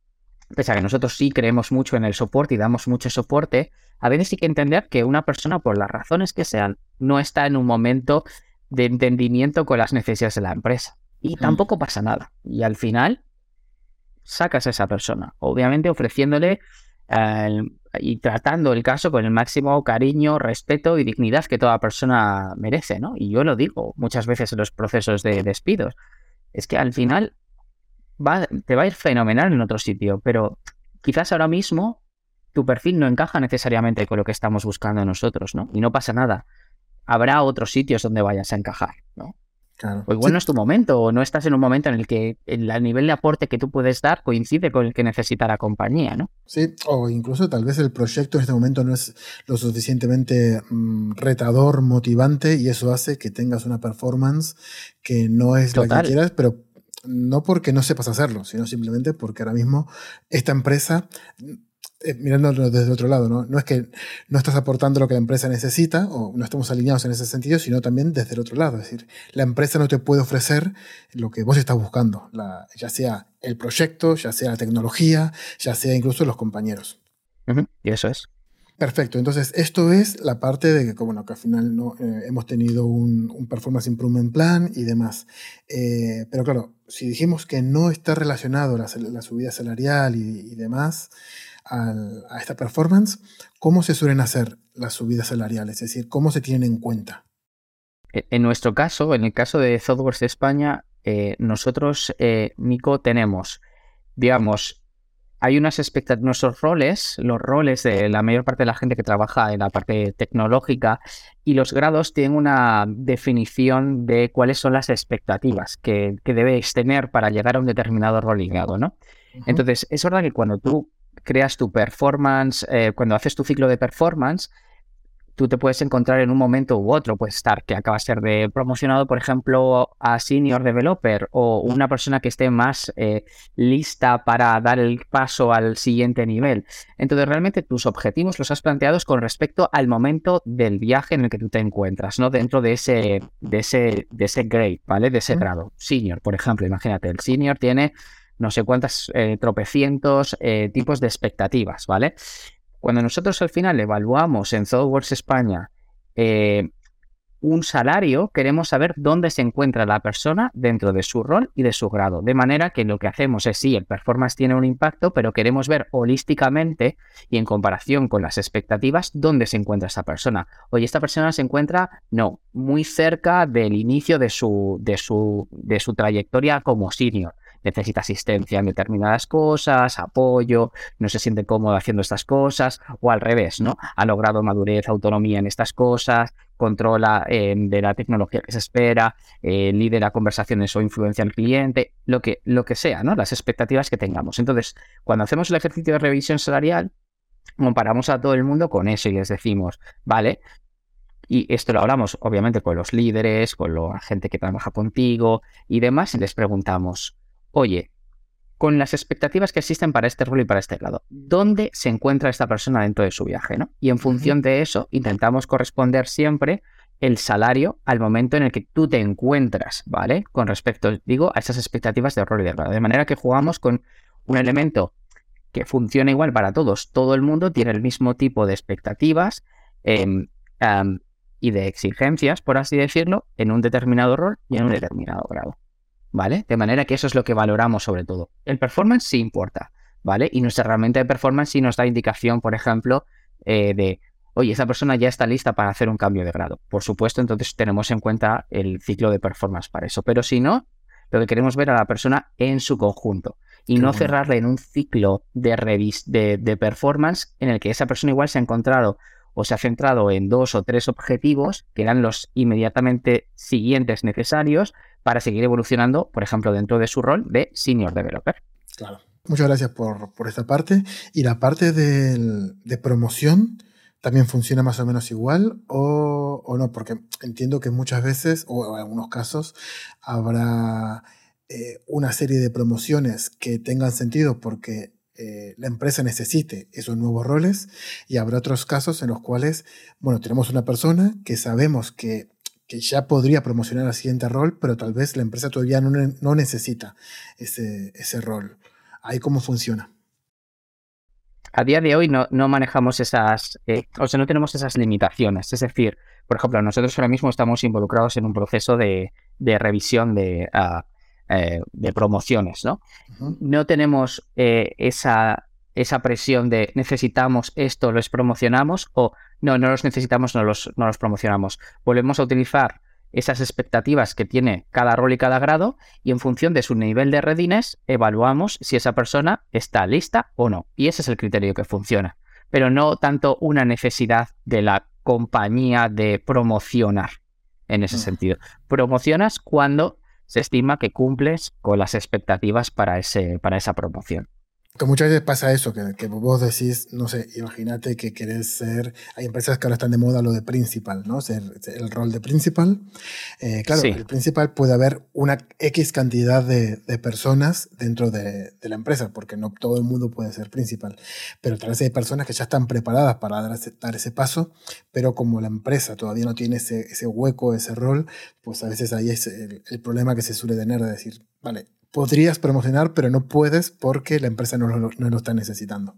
pese a que nosotros sí creemos mucho en el soporte y damos mucho soporte, a veces hay que entender que una persona, por las razones que sean, no está en un momento de entendimiento con las necesidades de la empresa. Y tampoco pasa nada. Y al final sacas a esa persona, obviamente ofreciéndole eh, y tratando el caso con el máximo cariño, respeto y dignidad que toda persona merece, ¿no? Y yo lo digo muchas veces en los procesos de despidos. Es que al final va, te va a ir fenomenal en otro sitio, pero quizás ahora mismo tu perfil no encaja necesariamente con lo que estamos buscando nosotros, ¿no? Y no pasa nada. Habrá otros sitios donde vayas a encajar, ¿no? Claro. O igual Sí. no es tu momento, o no estás en un momento en el que el, el nivel de aporte que tú puedes dar coincide con el que necesita la compañía, ¿no? Sí, o incluso tal vez el proyecto en este momento no es lo suficientemente mm, retador, motivante, y eso hace que tengas una performance que no es la que Total. quieras, pero no porque no sepas hacerlo, sino simplemente porque ahora mismo esta empresa, eh, mirándolo desde el otro lado, ¿no? No es que no estás aportando lo que la empresa necesita o no estamos alineados en ese sentido, sino también desde el otro lado. Es decir, la empresa no te puede ofrecer lo que vos estás buscando, la, ya sea el proyecto, ya sea la tecnología, ya sea incluso los compañeros. Uh-huh. Y eso es. Perfecto, entonces esto es la parte de que, bueno, que al final no, eh, hemos tenido un, un Performance Improvement Plan y demás. Eh, pero claro, si dijimos que no está relacionado la, la subida salarial y, y demás al, a esta performance, ¿cómo se suelen hacer las subidas salariales? Es decir, ¿cómo se tienen en cuenta? En nuestro caso, en el caso de ThoughtWorks España, eh, nosotros, eh, Nico, tenemos, digamos, hay unas expectativas, nuestros roles, los roles de la mayor parte de la gente que trabaja en la parte tecnológica y los grados tienen una definición de cuáles son las expectativas que, que debes tener para llegar a un determinado rol y grado, ¿no? Uh-huh. Entonces, es verdad que cuando tú creas tu performance, eh, cuando haces tu ciclo de performance, tú te puedes encontrar en un momento u otro, puede estar que acaba de ser de promocionado, por ejemplo, a Senior Developer o una persona que esté más eh, lista para dar el paso al siguiente nivel. Entonces, realmente tus objetivos los has planteado con respecto al momento del viaje en el que tú te encuentras, ¿no? Dentro de ese, de ese, de ese grade, ¿vale? De ese uh-huh. grado. Senior, por ejemplo, imagínate, el Senior tiene no sé cuántas, eh, tropecientos eh, tipos de expectativas, ¿vale? Cuando nosotros al final evaluamos en ThoughtWorks España eh, un salario, queremos saber dónde se encuentra la persona dentro de su rol y de su grado. De manera que lo que hacemos es, sí, el performance tiene un impacto, pero queremos ver holísticamente y en comparación con las expectativas dónde se encuentra esta persona. Oye, esta persona se encuentra, no, muy cerca del inicio de su, de su, de su trayectoria como senior. Necesita asistencia en determinadas cosas, apoyo, no se siente cómodo haciendo estas cosas, o al revés, ¿no? Ha logrado madurez, autonomía en estas cosas, controla eh, de la tecnología que se espera, eh, lidera conversaciones o influencia al cliente, lo que, lo que sea, ¿no? Las expectativas que tengamos. Entonces, cuando hacemos el ejercicio de revisión salarial, comparamos a todo el mundo con eso y les decimos, vale, y esto lo hablamos obviamente con los líderes, con la gente que trabaja contigo y demás, y les preguntamos, oye, con las expectativas que existen para este rol y para este grado, ¿dónde se encuentra esta persona dentro de su viaje, ¿no? Y en función de eso, intentamos corresponder siempre el salario al momento en el que tú te encuentras, ¿vale? Con respecto, digo, a esas expectativas de rol y de grado. De manera que jugamos con un elemento que funciona igual para todos. Todo el mundo tiene el mismo tipo de expectativas eh, um, y de exigencias, por así decirlo, en un determinado rol y en un determinado grado. ¿Vale? De manera que eso es lo que valoramos sobre todo. El performance sí importa, ¿vale? Y nuestra herramienta de performance sí nos da indicación, por ejemplo, eh, de, oye, esa persona ya está lista para hacer un cambio de grado. Por supuesto, entonces tenemos en cuenta el ciclo de performance para eso. Pero si no, lo que queremos ver a la persona en su conjunto y Qué no bueno. cerrarle en un ciclo de, revis- de, de performance en el que esa persona igual se ha encontrado o se ha centrado en dos o tres objetivos que eran los inmediatamente siguientes necesarios para seguir evolucionando, por ejemplo, dentro de su rol de Senior Developer. Claro. Muchas gracias por, por esta parte. ¿Y la parte del, de promoción también funciona más o menos igual o, o no? Porque entiendo que muchas veces, o en algunos casos, habrá eh, una serie de promociones que tengan sentido porque eh, la empresa necesite esos nuevos roles, y habrá otros casos en los cuales, bueno, tenemos una persona que sabemos que que ya podría promocionar al siguiente rol, pero tal vez la empresa todavía no, no necesita ese, ese rol. ¿Ahí cómo funciona? a día de hoy no, no manejamos esas, eh, o sea, no tenemos esas limitaciones. Es decir, por ejemplo, nosotros ahora mismo estamos involucrados en un proceso de, de revisión de, uh, eh, de promociones, ¿no? Uh-huh. No tenemos eh, esa, esa presión de necesitamos esto, los promocionamos, o no, no los necesitamos, no los, no los promocionamos. Volvemos a utilizar esas expectativas que tiene cada rol y cada grado, y en función de su nivel de readiness evaluamos si esa persona está lista o no. Y ese es el criterio que funciona. Pero no tanto una necesidad de la compañía de promocionar en ese uh-huh. sentido. Promocionas cuando se estima que cumples con las expectativas para, ese, para esa promoción. Que muchas veces pasa eso, que, que vos decís, no sé, imagínate que querés ser, hay empresas que ahora están de moda lo de principal, ¿no? Ser, ser el rol de principal. Eh, claro, sí. El principal puede haber una X cantidad de, de personas dentro de, de la empresa, porque no todo el mundo puede ser principal. Pero tal vez hay personas que ya están preparadas para dar ese, dar ese paso, pero como la empresa todavía no tiene ese, ese hueco, ese rol, pues a veces ahí es el, el problema que se suele tener de decir, vale, podrías promocionar, pero no puedes porque la empresa no lo, no lo está necesitando.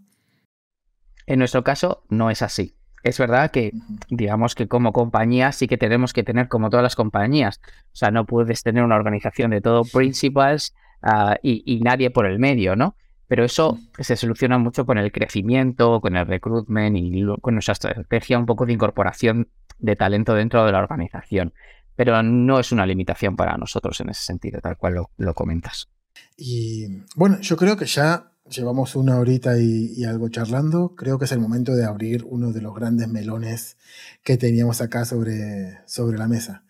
En nuestro caso, no es así. Es verdad que, uh-huh. digamos que como compañía sí que tenemos que tener como todas las compañías. O sea, no puedes tener una organización de todo principals uh, y, y nadie por el medio, ¿no? Pero eso uh-huh. se soluciona mucho con el crecimiento, con el recruitment y con nuestra estrategia un poco de incorporación de talento dentro de la organización. Pero no es una limitación para nosotros en ese sentido, tal cual lo, lo comentas. Y bueno, yo creo que ya llevamos una horita y, y algo charlando. Creo que es el momento de abrir uno de los grandes melones que teníamos acá sobre, sobre la mesa.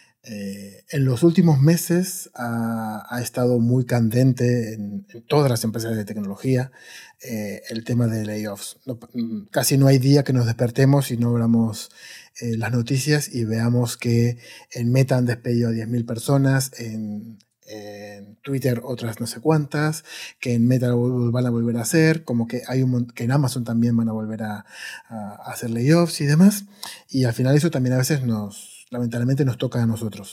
Eh, en los últimos meses ha, ha estado muy candente en, en todas las empresas de tecnología eh, el tema de layoffs. No, casi no hay día que nos despertemos y no abramos eh, las noticias y veamos que en Meta han despedido a diez mil personas, en, en Twitter otras no sé cuántas, que en Meta lo van a volver a hacer, como que, hay un, que en Amazon también van a volver a, a hacer layoffs y demás. Y al final eso también a veces nos... lamentablemente nos toca a nosotros.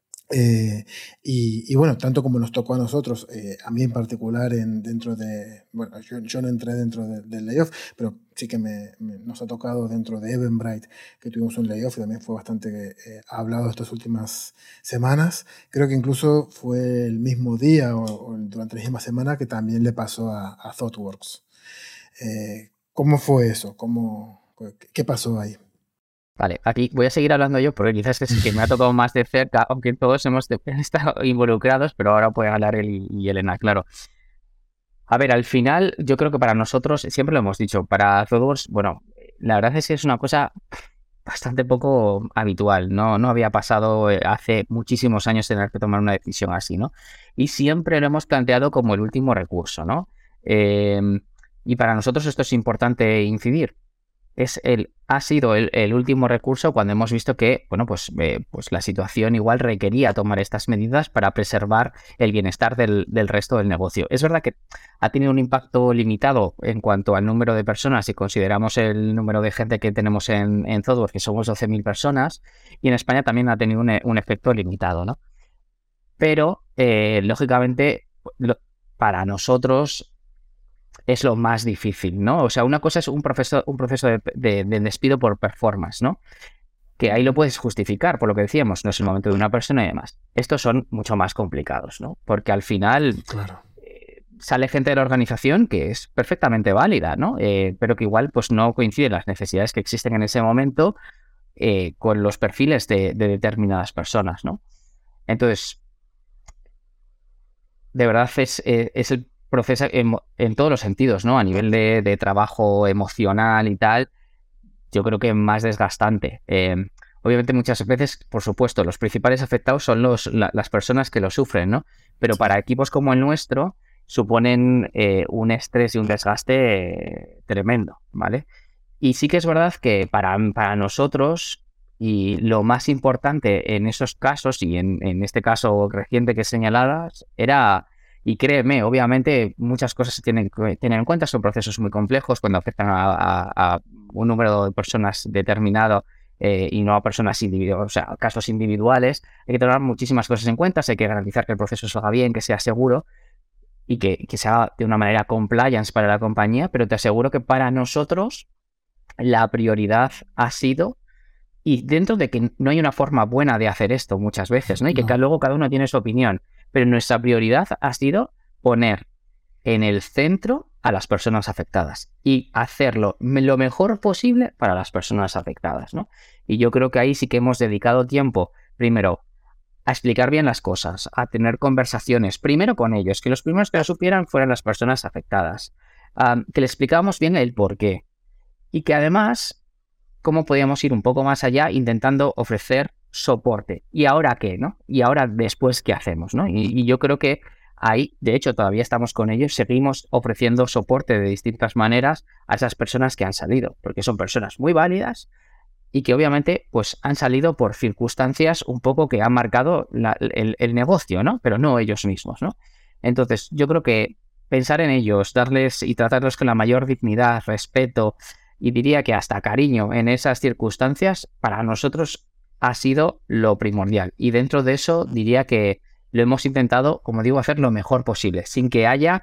Eh, y, y bueno, tanto como nos tocó a nosotros, eh, a mí en particular, en, dentro de, bueno, yo, yo no entré dentro de, del layoff, pero sí que me, me, nos ha tocado dentro de Eventbrite, que tuvimos un layoff y también fue bastante eh, hablado estas últimas semanas. Creo que incluso fue el mismo día o, o durante la misma semana que también le pasó a, a ThoughtWorks. Eh, ¿Cómo fue eso? ¿Cómo, ¿Qué pasó ahí? Vale, aquí voy a seguir hablando yo porque quizás es que me ha tocado más de cerca, aunque todos hemos estado involucrados, pero ahora puede hablar él y Elena, claro. A ver, al final, yo creo que para nosotros, siempre lo hemos dicho, para ThoughtWorks, bueno, la verdad es que es una cosa bastante poco habitual, ¿no? No había pasado hace muchísimos años tener que tomar una decisión así, ¿no? Y siempre lo hemos planteado como el último recurso, ¿no? Eh, y para nosotros esto es importante incidir. Es el, ha sido el, el último recurso cuando hemos visto que, bueno, pues, eh, pues la situación igual requería tomar estas medidas para preservar el bienestar del, del resto del negocio. Es verdad que ha tenido un impacto limitado en cuanto al número de personas, si consideramos el número de gente que tenemos en, en ThoughtWorks, que somos doce mil personas, y en España también ha tenido un, un efecto limitado, ¿no? Pero, eh, lógicamente, lo, para nosotros es lo más difícil, ¿no? O sea, una cosa es un proceso, un proceso de, de, de despido por performance, ¿no? Que ahí lo puedes justificar, por lo que decíamos, no es el momento de una persona y demás. Estos son mucho más complicados, ¿no? Porque al final claro. eh, sale gente de la organización que es perfectamente válida, ¿no? Eh, pero que igual pues no coinciden las necesidades que existen en ese momento eh, con los perfiles de, de determinadas personas, ¿no? Entonces, de verdad es, eh, es el proceso en, en todos los sentidos, ¿no? A nivel de, de trabajo emocional y tal, yo creo que más desgastante. Eh, obviamente muchas veces, por supuesto, los principales afectados son los, la, las personas que lo sufren, ¿no? Pero sí. Para equipos como el nuestro suponen eh, un estrés y un desgaste eh, tremendo, ¿vale? Y sí que es verdad que para, para nosotros, y lo más importante en esos casos, y en, en este caso reciente que señaladas, era... Y créeme, obviamente muchas cosas se tienen que tener en cuenta, son procesos muy complejos cuando afectan a, a, a un número de personas determinado eh, y no a personas individuales, o sea, a casos individuales. Hay que tomar muchísimas cosas en cuenta, hay que garantizar que el proceso salga bien, que sea seguro. y que, que se haga de una manera compliance para la compañía, pero te aseguro que para nosotros la prioridad ha sido, y dentro de que no hay una forma buena de hacer esto muchas veces, ¿no? Y que No. luego cada uno tiene su opinión, pero nuestra prioridad ha sido poner en el centro a las personas afectadas y hacerlo lo mejor posible para las personas afectadas, ¿no? Y yo creo que ahí sí que hemos dedicado tiempo, primero, a explicar bien las cosas, a tener conversaciones, primero con ellos, que los primeros que lo supieran fueran las personas afectadas, um, que le explicábamos bien el por qué y que además cómo podíamos ir un poco más allá intentando ofrecer soporte. ¿Y ahora qué, no? Y ahora después, ¿qué hacemos, no? Y, y yo creo que ahí, de hecho, todavía estamos con ellos, seguimos ofreciendo soporte de distintas maneras a esas personas que han salido, porque son personas muy válidas y que obviamente pues han salido por circunstancias un poco que han marcado la, el, el negocio, ¿no? Pero no ellos mismos, ¿no? Entonces, yo creo que pensar en ellos, darles y tratarlos con la mayor dignidad, respeto y diría que hasta cariño en esas circunstancias, para nosotros ha sido lo primordial. Y dentro de eso diría que lo hemos intentado, como digo, hacer lo mejor posible, sin que haya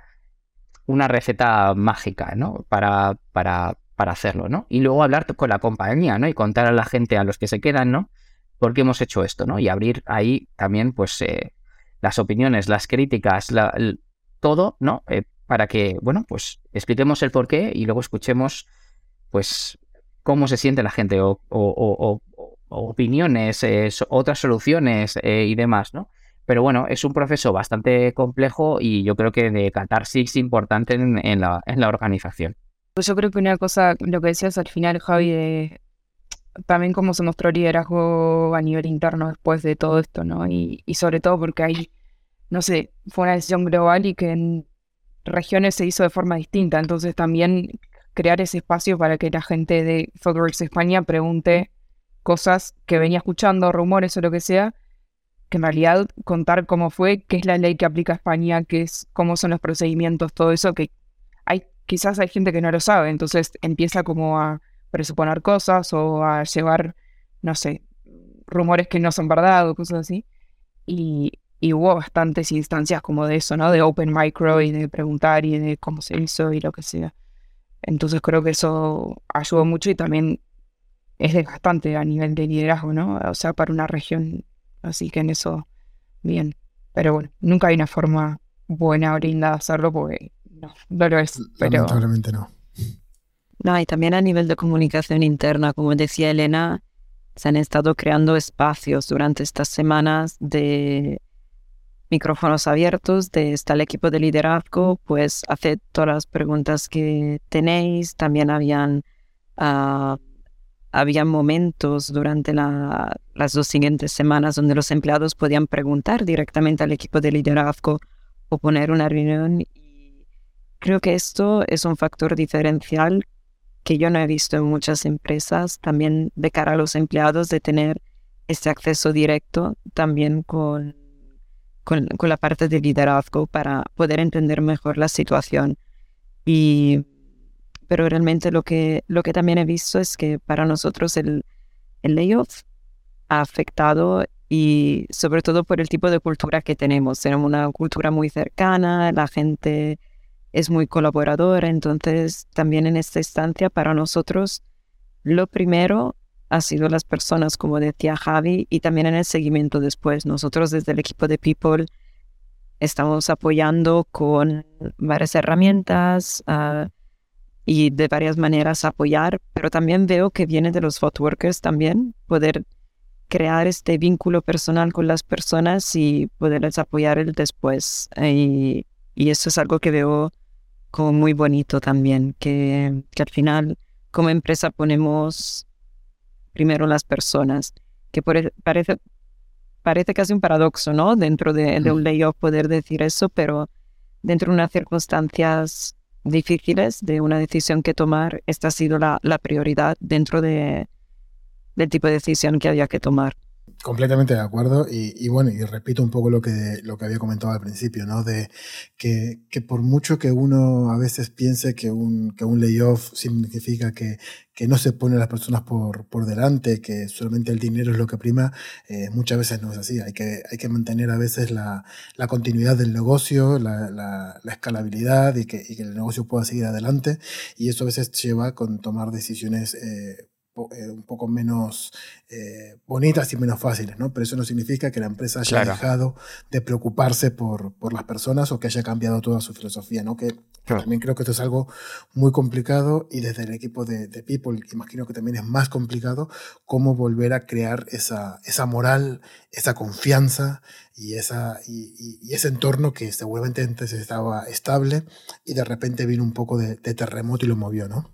una receta mágica, ¿no? Para, para, para hacerlo, ¿no? Y luego hablar con la compañía, ¿no? Y contar a la gente, a los que se quedan, ¿no? ¿Por qué hemos hecho esto, ¿no? Y abrir ahí también, pues, eh, las opiniones, las críticas, la, el, todo, ¿no? Eh, para que, bueno, pues expliquemos el porqué y luego escuchemos, pues, cómo se siente la gente o, o, o, o, o opiniones, eh, otras soluciones eh, y demás, ¿no? Pero bueno, es un proceso bastante complejo y yo creo que de catarsis importante en, en, la, en la organización. Pues yo creo que una cosa, lo que decías al final, Javi, de también cómo se mostró liderazgo a nivel interno después de todo esto, ¿no? Y, y sobre todo porque ahí, no sé, fue una decisión global y que en regiones se hizo de forma distinta. Entonces también crear ese espacio para que la gente de ThoughtWorks España pregunte cosas que venía escuchando, rumores o lo que sea, que en realidad contar cómo fue, qué es la ley que aplica a España, qué es, cómo son los procedimientos, todo eso, que hay quizás hay gente que no lo sabe, entonces empieza como a presuponer cosas o a llevar, no sé, rumores que no son verdad o cosas así. Y, y hubo bastantes instancias como de eso, ¿no? De open micro y de preguntar y de cómo se hizo y lo que sea. Entonces creo que eso ayudó mucho y también es desgastante a nivel de liderazgo, ¿no? O sea, para una región. Así que en eso, bien. Pero bueno, nunca hay una forma buena o linda de hacerlo porque no, no lo es. Pero... Lamentablemente no. No, y también a nivel de comunicación interna, como decía Elena, se han estado creando espacios durante estas semanas de micrófonos abiertos, de está el equipo de liderazgo, pues haced todas las preguntas que tenéis. También habían... Uh, Había momentos durante la, las dos siguientes semanas donde los empleados podían preguntar directamente al equipo de liderazgo o poner una reunión. Y creo que esto es un factor diferencial que yo no he visto en muchas empresas, también de cara a los empleados, de tener este acceso directo también con, con, con la parte de liderazgo para poder entender mejor la situación. Y pero realmente lo que, lo que también he visto es que para nosotros el, el layoff ha afectado y sobre todo por el tipo de cultura que tenemos. Tenemos una cultura muy cercana, la gente es muy colaboradora, entonces también en esta instancia para nosotros lo primero ha sido las personas, como decía Javi, y también en el seguimiento después. Nosotros desde el equipo de People estamos apoyando con varias herramientas, uh, y de varias maneras apoyar, pero también veo que viene de los ThoughtWorkers también, poder crear este vínculo personal con las personas y poderles apoyar el después. Y, y eso es algo que veo como muy bonito también, que, que al final como empresa ponemos primero las personas, que por, parece, parece casi un paradoxo, ¿no? Dentro de, de un layoff poder decir eso, pero dentro de unas circunstancias difíciles de una decisión que tomar, esta ha sido la, la prioridad dentro de, del tipo de decisión que había que tomar. Completamente de acuerdo y, y bueno, y repito un poco lo que, lo que había comentado al principio, ¿no? De que, que por mucho que uno a veces piense que un, que un layoff significa que, que no se pone a las personas por, por delante, que solamente el dinero es lo que prima, eh, muchas veces no es así. Hay que, hay que mantener a veces la, la continuidad del negocio, la, la, la escalabilidad y que, y que el negocio pueda seguir adelante, y eso a veces lleva con tomar decisiones eh, eh, un poco menos eh, bonitas y menos fáciles, ¿no? Pero eso no significa que la empresa haya Claro. dejado de preocuparse por, por las personas o que haya cambiado toda su filosofía, ¿no? Que Claro. también creo que esto es algo muy complicado, y desde el equipo de, de People imagino que también es más complicado cómo volver a crear esa, esa moral, esa confianza y, esa, y, y, y ese entorno que seguramente antes estaba estable y de repente vino un poco de, de terremoto y lo movió, ¿no?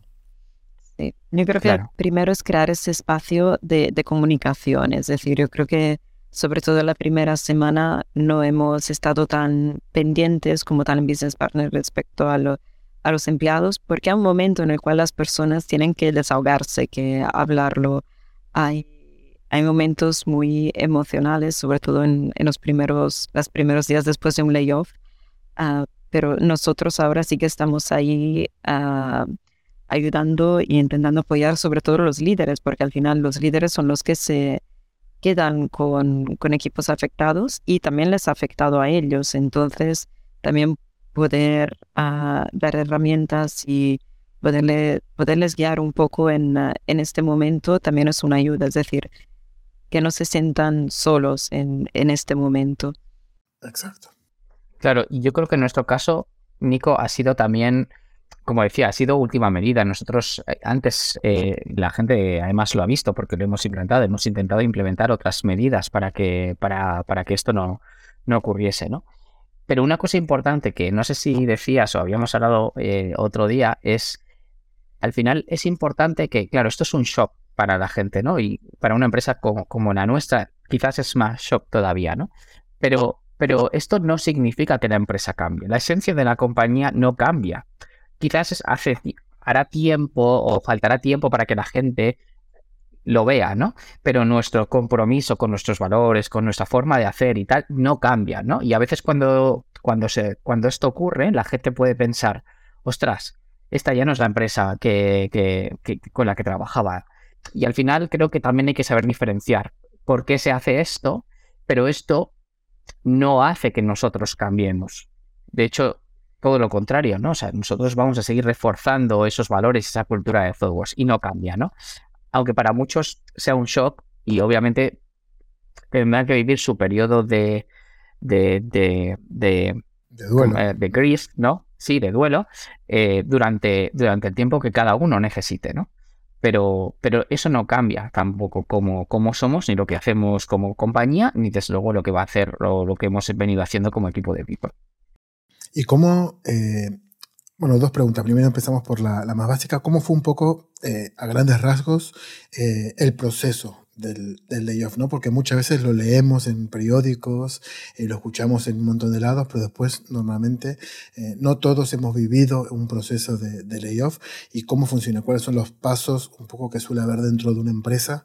Sí. Yo creo que Claro. primero es crear ese espacio de, de comunicación. Es decir, yo creo que sobre todo la primera semana no hemos estado tan pendientes como tal en Business Partner respecto a, lo, a los empleados, porque hay un momento en el cual las personas tienen que desahogarse, que hablarlo. Hay, hay momentos muy emocionales, sobre todo en, en los primeros, los primeros días después de un layoff. Uh, pero nosotros ahora sí que estamos ahí uh, ayudando y intentando apoyar sobre todo a los líderes, porque al final los líderes son los que se quedan con, con equipos afectados y también les ha afectado a ellos. Entonces, también poder uh, dar herramientas y poderle, poderles guiar un poco en, uh, en este momento también es una ayuda. Es decir, que no se sientan solos en, en este momento. Exacto. Claro, y yo creo que en nuestro caso, Nico, ha sido también, como decía, ha sido última medida. Nosotros eh, antes, eh, la gente además lo ha visto porque lo hemos implantado, hemos intentado implementar otras medidas para que, para, para que esto no, no ocurriese, ¿no? Pero una cosa importante que no sé si decías o habíamos hablado eh, otro día es, al final es importante que, claro, esto es un shock para la gente, ¿no? Y para una empresa como, como la nuestra quizás es más shock todavía, ¿no? Pero... Pero esto no significa que la empresa cambie. La esencia de la compañía no cambia. Quizás hace, hará tiempo o faltará tiempo para que la gente lo vea, ¿no? Pero nuestro compromiso con nuestros valores, con nuestra forma de hacer y tal, no cambia, ¿no? Y a veces cuando, cuando, se, cuando esto ocurre, la gente puede pensar, ostras, esta ya no es la empresa que, que, que, con la que trabajaba. Y al final creo que también hay que saber diferenciar por qué se hace esto, pero esto no hace que nosotros cambiemos. De hecho, todo lo contrario, ¿no? O sea, nosotros vamos a seguir reforzando esos valores, esa cultura de ThoughtWorks y no cambia, ¿no? Aunque para muchos sea un shock y obviamente tendrán que vivir su periodo de de, de, de, de duelo, de, de grief, ¿no? Sí, de duelo, eh, durante, durante el tiempo que cada uno necesite, ¿no? Pero, pero eso no cambia tampoco cómo, cómo somos, ni lo que hacemos como compañía, ni desde luego lo que va a hacer o lo que hemos venido haciendo como equipo de People. ¿Y cómo, eh, bueno, dos preguntas. Primero empezamos por la, la más básica. ¿Cómo fue un poco, eh, a grandes rasgos, eh, el proceso del, del layoff, ¿no? Porque muchas veces lo leemos en periódicos, eh, lo escuchamos en un montón de lados, pero después normalmente eh, no todos hemos vivido un proceso de, de layoff. ¿Y cómo funciona? ¿Cuáles son los pasos un poco que suele haber dentro de una empresa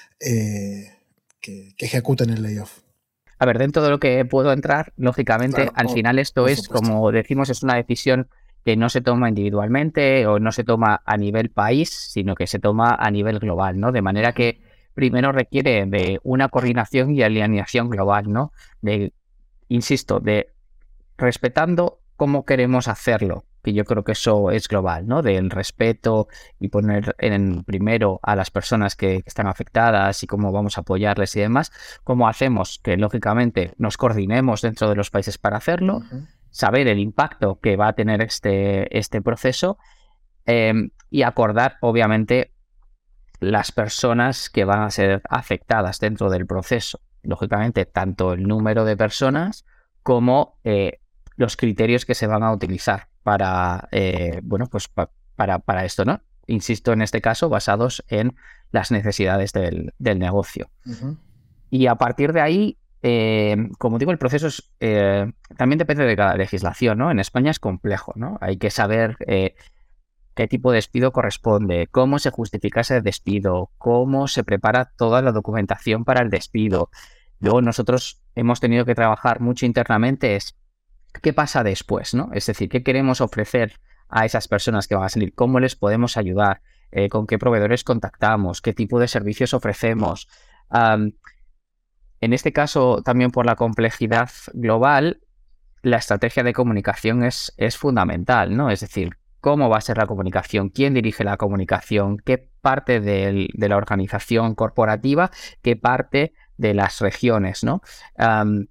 eh, que, que ejecutan el layoff? A ver, dentro de lo que puedo entrar, lógicamente, Claro, al por, final esto por es, supuesto. como decimos, es una decisión que no se toma individualmente o no se toma a nivel país, sino que se toma a nivel global, ¿no? De manera que primero requiere de una coordinación y alineación global, ¿no? De, insisto, de respetando cómo queremos hacerlo, que yo creo que eso es global, ¿no? Del respeto y poner en primero a las personas que, que están afectadas y cómo vamos a apoyarles y demás, cómo hacemos que lógicamente nos coordinemos dentro de los países para hacerlo, Uh-huh. saber el impacto que va a tener este, este proceso eh, y acordar obviamente las personas que van a ser afectadas dentro del proceso. Lógicamente, tanto el número de personas como eh, los criterios que se van a utilizar para, eh, bueno, pues pa, para, para esto, ¿no? Insisto, en este caso, basados en las necesidades del, del negocio. Uh-huh. Y a partir de ahí, eh, como digo, el proceso es, eh, también depende de cada legislación, ¿no? En España es complejo, ¿no? Hay que saber... Eh, qué tipo de despido corresponde, cómo se justifica ese despido, cómo se prepara toda la documentación para el despido. Luego nosotros hemos tenido que trabajar mucho internamente es qué pasa después, ¿no? Es decir, qué queremos ofrecer a esas personas que van a salir, cómo les podemos ayudar, eh, con qué proveedores contactamos, qué tipo de servicios ofrecemos. Um, en este caso, también por la complejidad global, la estrategia de comunicación es, es fundamental, ¿no? Es decir, cómo va a ser la comunicación, quién dirige la comunicación, qué parte del, de la organización corporativa, qué parte de las regiones, ¿no? Um,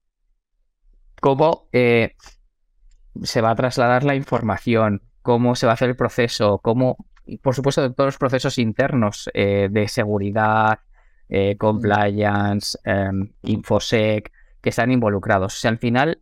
cómo eh, se va a trasladar la información, cómo se va a hacer el proceso, cómo, y por supuesto, de todos los procesos internos eh, de seguridad, eh, compliance, eh, infosec, que están involucrados. O sea, al final,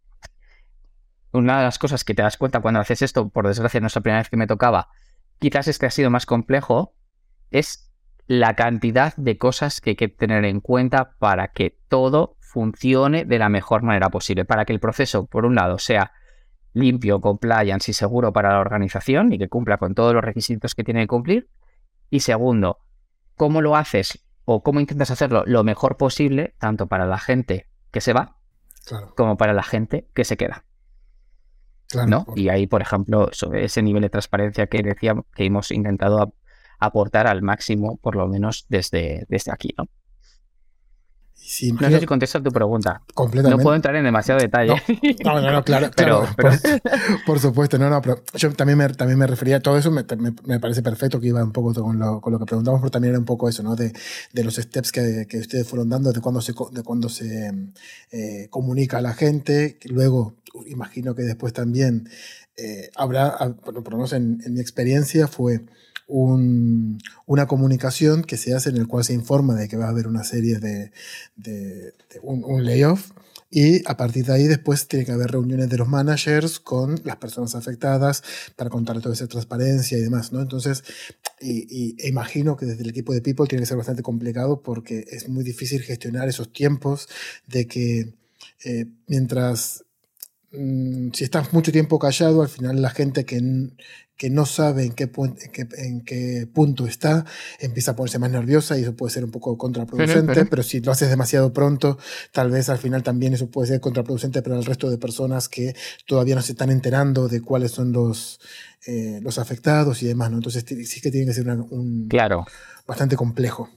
una de las cosas que te das cuenta cuando haces esto, por desgracia no es la primera vez que me tocaba, quizás es que ha sido más complejo, es la cantidad de cosas que hay que tener en cuenta para que todo funcione de la mejor manera posible, para que el proceso, por un lado, sea limpio, compliance y seguro para la organización y que cumpla con todos los requisitos que tiene que cumplir. Y segundo, cómo lo haces o cómo intentas hacerlo lo mejor posible, tanto para la gente que se va, claro, como para la gente que se queda. Claro, ¿no? Por... Y ahí, por ejemplo, sobre ese nivel de transparencia que decíamos que hemos intentado ap- aportar al máximo, por lo menos desde, desde aquí, ¿no? Sí, no sé si contesta tu pregunta. Completamente. No puedo entrar en demasiado detalle. No, no, no, no claro, pero, claro pero... Por, por supuesto, no, no, pero yo también me, también me refería a todo eso, me, me, me parece perfecto que iba un poco con lo, con lo que preguntamos, pero también era un poco eso, ¿no? De, de los steps que, que ustedes fueron dando, de cuándo se, de cuando se eh, comunica a la gente, luego imagino que después también eh, habrá, por lo menos en, en mi experiencia fue... Un, una comunicación que se hace en el cual se informa de que va a haber una serie de, de, de un, un layoff y a partir de ahí después tiene que haber reuniones de los managers con las personas afectadas para contar toda esa transparencia y demás, ¿no? Entonces, y, y, e imagino que desde el equipo de People tiene que ser bastante complicado porque es muy difícil gestionar esos tiempos de que eh, mientras... si estás mucho tiempo callado, al final la gente que, que no sabe en qué, en, qué, en qué punto está empieza a ponerse más nerviosa y eso puede ser un poco contraproducente, pero, pero... pero si lo haces demasiado pronto, tal vez al final también eso puede ser contraproducente para el resto de personas que todavía no se están enterando de cuáles son los, eh, los afectados y demás, ¿no? Entonces sí que tiene que ser una, un claro. bastante complejo.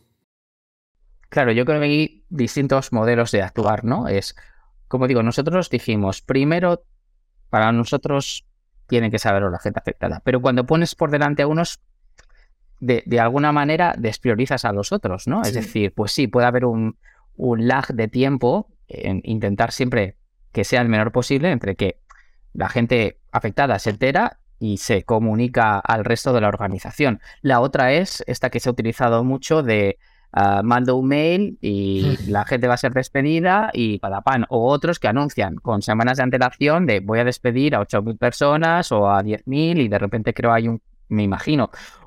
Claro, yo creo que hay distintos modelos de actuar, ¿no? Es... Como digo, nosotros dijimos, primero, para nosotros tiene que saberlo la gente afectada, pero cuando pones por delante a unos, de, de alguna manera despriorizas a los otros, ¿no? Sí. Es decir, pues sí, puede haber un, un lag de tiempo en intentar siempre que sea el menor posible entre que la gente afectada se entera y se comunica al resto de la organización. La otra es esta que se ha utilizado mucho de... Uh, mando un mail y la gente va a ser despedida y patapán, o otros que anuncian con semanas de antelación de voy a despedir a ocho mil personas o a diez mil y de repente creo hay un, me imagino,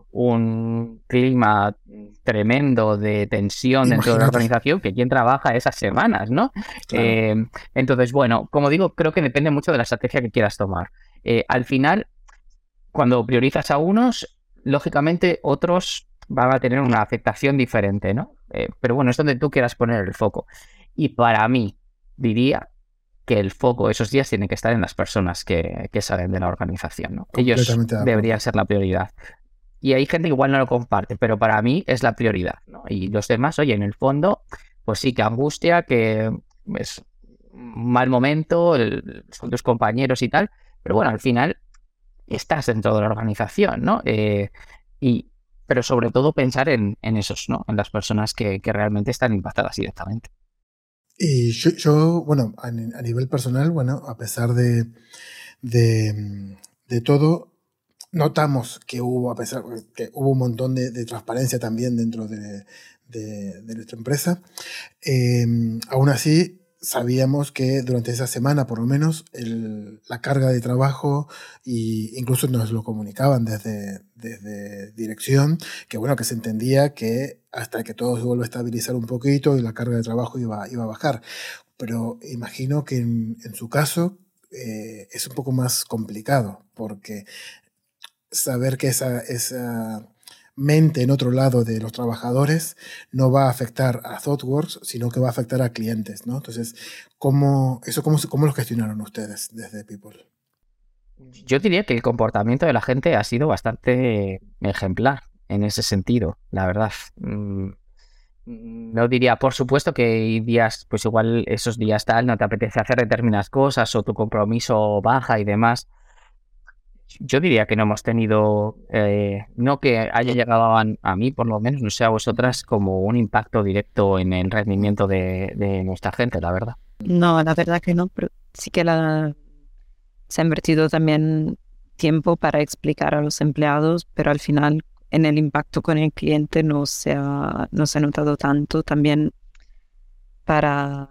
un clima tremendo de tensión dentro Imagínate. de la organización que quien trabaja esas semanas, ¿no? Claro. Eh, entonces, bueno, como digo, creo que depende mucho de la estrategia que quieras tomar. Eh, al final, cuando priorizas a unos, lógicamente otros van a tener una afectación diferente, ¿no? Eh, pero bueno, es donde tú quieras poner el foco. Y para mí, diría que el foco esos días tiene que estar en las personas que, que salen de la organización, ¿no? Ellos deberían ser la prioridad. Y hay gente que igual no lo comparte, pero para mí es la prioridad, ¿no? Y los demás, oye, en el fondo, pues sí que angustia, que es un mal momento, el, son tus compañeros y tal, pero bueno, al final estás dentro de la organización, ¿no? Eh, y pero sobre todo pensar en, en esos, ¿no? En las personas que, que realmente están impactadas directamente. Y yo, yo bueno, a, a nivel personal, bueno, a pesar de, de, de todo, notamos que hubo, a pesar que hubo un montón de, de transparencia también dentro de, de, de nuestra empresa. Eh, aún así, sabíamos que durante esa semana, por lo menos, el, la carga de trabajo, y incluso nos lo comunicaban desde, desde dirección, que bueno, que se entendía que hasta que todo se vuelva a estabilizar un poquito y la carga de trabajo iba, iba a bajar. Pero imagino que en, en su caso eh, es un poco más complicado, porque saber que esa, esa mente en otro lado de los trabajadores no va a afectar a ThoughtWorks, sino que va a afectar a clientes, ¿no? Entonces, ¿cómo, eso cómo, cómo lo gestionaron ustedes desde People? Yo diría que el comportamiento de la gente ha sido bastante ejemplar en ese sentido, la verdad. No diría, por supuesto que hay días, pues igual esos días tal, no te apetece hacer determinadas cosas o tu compromiso baja y demás. Yo diría que no hemos tenido, eh, no que haya llegado a, a mí por lo menos, no sé a vosotras, como un impacto directo en el rendimiento de, de nuestra gente, la verdad. No, la verdad que no, pero sí que la, se ha invertido también tiempo para explicar a los empleados, pero al final en el impacto con el cliente no se ha, no se ha notado tanto. También para,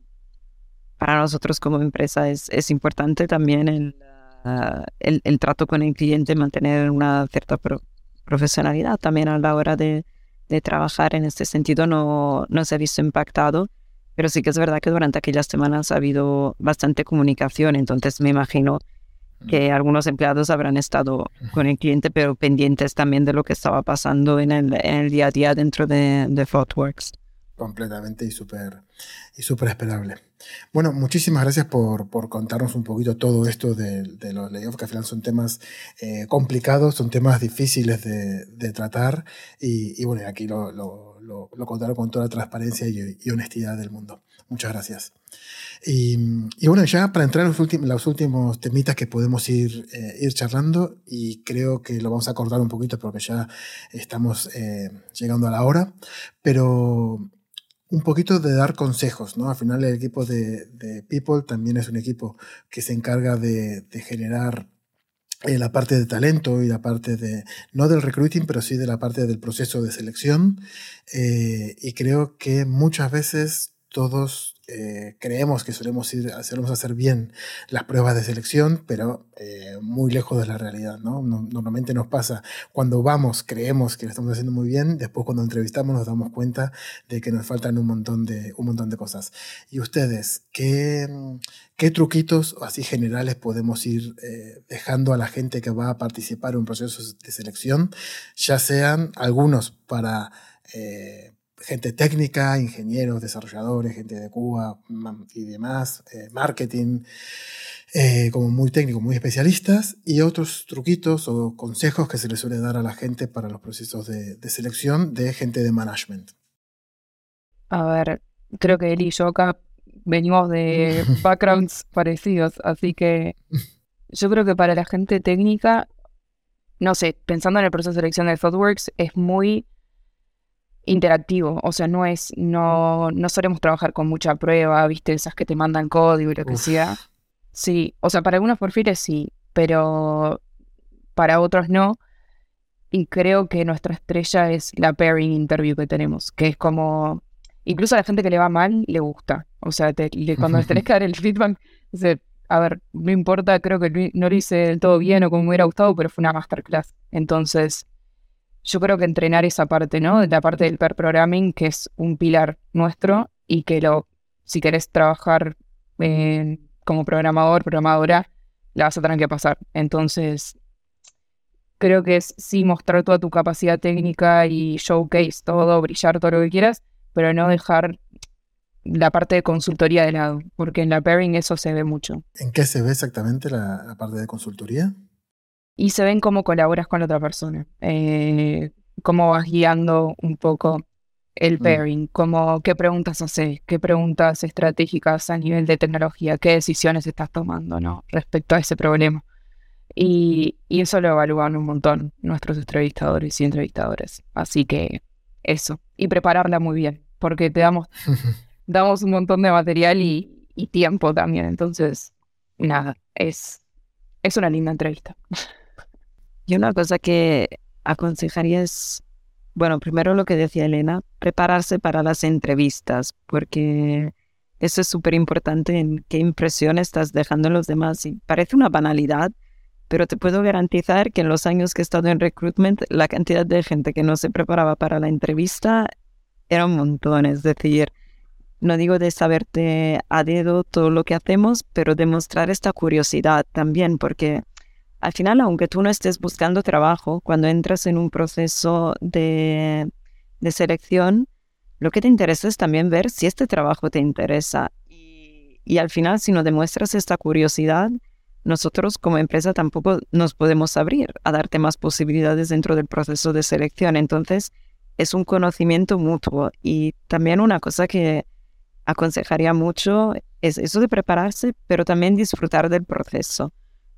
para nosotros como empresa es, es importante también el, uh, el, el trato con el cliente, mantener una cierta pro, profesionalidad también a la hora de, de trabajar. En este sentido no, no se ha visto impactado, pero sí que es verdad que durante aquellas semanas ha habido bastante comunicación, entonces me imagino que algunos empleados habrán estado con el cliente, pero pendientes también de lo que estaba pasando en el, en el día a día dentro de, de ThoughtWorks. Completamente y súper y súper esperable. Bueno, muchísimas gracias por, por contarnos un poquito todo esto de, de los layoffs, que al final son temas eh, complicados, son temas difíciles de, de tratar y, y bueno, aquí lo, lo, lo, lo contaron con toda la transparencia y, y honestidad del mundo. Muchas gracias. Y, y bueno, ya para entrar en los últimos, los últimos temitas que podemos ir, eh, ir charlando, y creo que lo vamos a acordar un poquito porque ya estamos eh, llegando a la hora, pero un poquito de dar consejos, ¿no? Al final el equipo de, de People también es un equipo que se encarga de, de generar eh, la parte de talento y la parte de, no del recruiting, pero sí de la parte del proceso de selección, eh, y creo que muchas veces todos eh, creemos que solemos, ir, solemos hacer bien las pruebas de selección, pero eh, muy lejos de la realidad, ¿no? No, normalmente nos pasa cuando vamos, creemos que lo estamos haciendo muy bien, después cuando entrevistamos nos damos cuenta de que nos faltan un montón de, un montón de cosas. Y ustedes, ¿qué, qué truquitos así generales podemos ir eh, dejando a la gente que va a participar en un proceso de selección, ya sean algunos para Eh, gente técnica, ingenieros, desarrolladores, gente de Cuba y demás, eh, marketing, eh, como muy técnicos, muy especialistas, y otros truquitos o consejos que se les suele dar a la gente para los procesos de, de selección de gente de management? A ver, creo que él y yo acá venimos de backgrounds parecidos, así que yo creo que para la gente técnica, no sé, pensando en el proceso de selección de ThoughtWorks, es muy interactivo, o sea, no es, no, no solemos trabajar con mucha prueba, viste, esas que te mandan código y lo que Uf. sea. Sí, o sea, para algunos perfiles sí, pero para otros no. Y creo que nuestra estrella es la pairing interview que tenemos, que es como, incluso a la gente que le va mal, le gusta. O sea, te, le, cuando les tenés que dar el feedback, dice, a ver, no importa, creo que no lo hice del todo bien o como me hubiera gustado, pero fue una masterclass. Entonces, yo creo que entrenar esa parte, ¿no? La parte del pair programming, que es un pilar nuestro y que lo, si querés trabajar eh, como programador, programadora, la vas a tener que pasar. Entonces, creo que es sí mostrar toda tu capacidad técnica y showcase todo, brillar todo lo que quieras, pero no dejar la parte de consultoría de lado, porque en la pairing eso se ve mucho. ¿En qué se ve exactamente la, la parte de consultoría? Y se ven cómo colaboras con la otra persona, eh, cómo vas guiando un poco el pairing, mm. cómo, qué preguntas haces, qué preguntas estratégicas a nivel de tecnología, qué decisiones estás tomando, ¿no? Respecto a ese problema. Y, y eso lo evalúan un montón nuestros entrevistadores y entrevistadoras. Así que eso, y prepararla muy bien, porque te damos, damos un montón de material y, y tiempo también. Entonces, nada, es, es una linda entrevista. Y una cosa que aconsejaría es, bueno, primero lo que decía Elena, prepararse para las entrevistas, porque eso es súper importante en qué impresión estás dejando en los demás. Y parece una banalidad, pero te puedo garantizar que en los años que he estado en recruitment, la cantidad de gente que no se preparaba para la entrevista era un montón. Es decir, no digo de saberte a dedo todo lo que hacemos, pero demostrar esta curiosidad también, porque al final, aunque tú no estés buscando trabajo, cuando entras en un proceso de, de selección, lo que te interesa es también ver si este trabajo te interesa. Y, y al final, si no demuestras esta curiosidad, nosotros como empresa tampoco nos podemos abrir a darte más posibilidades dentro del proceso de selección. Entonces, es un conocimiento mutuo. Y también una cosa que aconsejaría mucho es eso de prepararse, pero también disfrutar del proceso.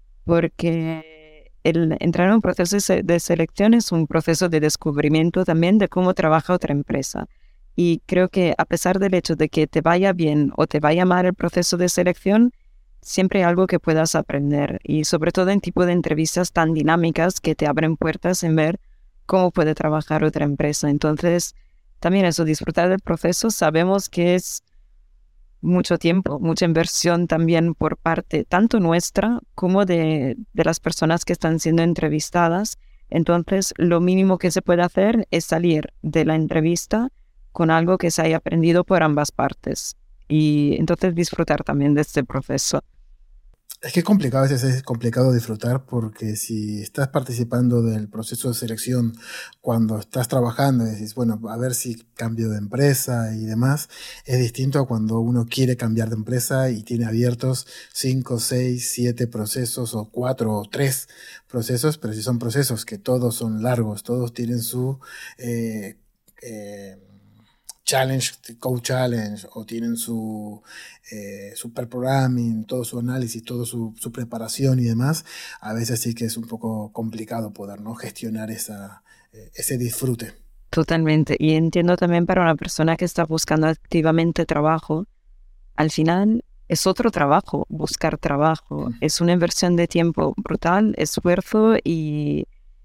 Porque el entrar en un proceso de selección es un proceso de descubrimiento también de cómo trabaja otra empresa. Y creo que a pesar del hecho de que te vaya bien o te vaya mal el proceso de selección, siempre hay algo que puedas aprender. Y sobre todo en tipo de entrevistas tan dinámicas que te abren puertas en ver cómo puede trabajar otra empresa. Entonces, también eso, disfrutar del proceso. Sabemos que es mucho tiempo, mucha inversión también por parte tanto nuestra como de, de las personas que están siendo entrevistadas. Entonces, lo mínimo que se puede hacer es salir de la entrevista con algo que se haya aprendido por ambas partes. Y entonces disfrutar también de este proceso. Es que es complicado, a veces es complicado disfrutar porque si estás participando del proceso de selección cuando estás trabajando y dices, bueno, a ver si cambio de empresa y demás, es distinto a cuando uno quiere cambiar de empresa y tiene abiertos cinco, seis, siete procesos o cuatro o tres procesos, pero si son procesos que todos son largos, todos tienen su... Eh, eh, challenge, code challenge, o tienen su eh, super programming, todo su análisis, toda su, su preparación y demás, a veces sí que es un poco complicado poder, ¿no?, gestionar esa, eh, ese disfrute. Totalmente. Y entiendo también para una persona que está buscando activamente trabajo, al final es otro trabajo, buscar trabajo. Mm. Es una inversión de tiempo brutal, esfuerzo y...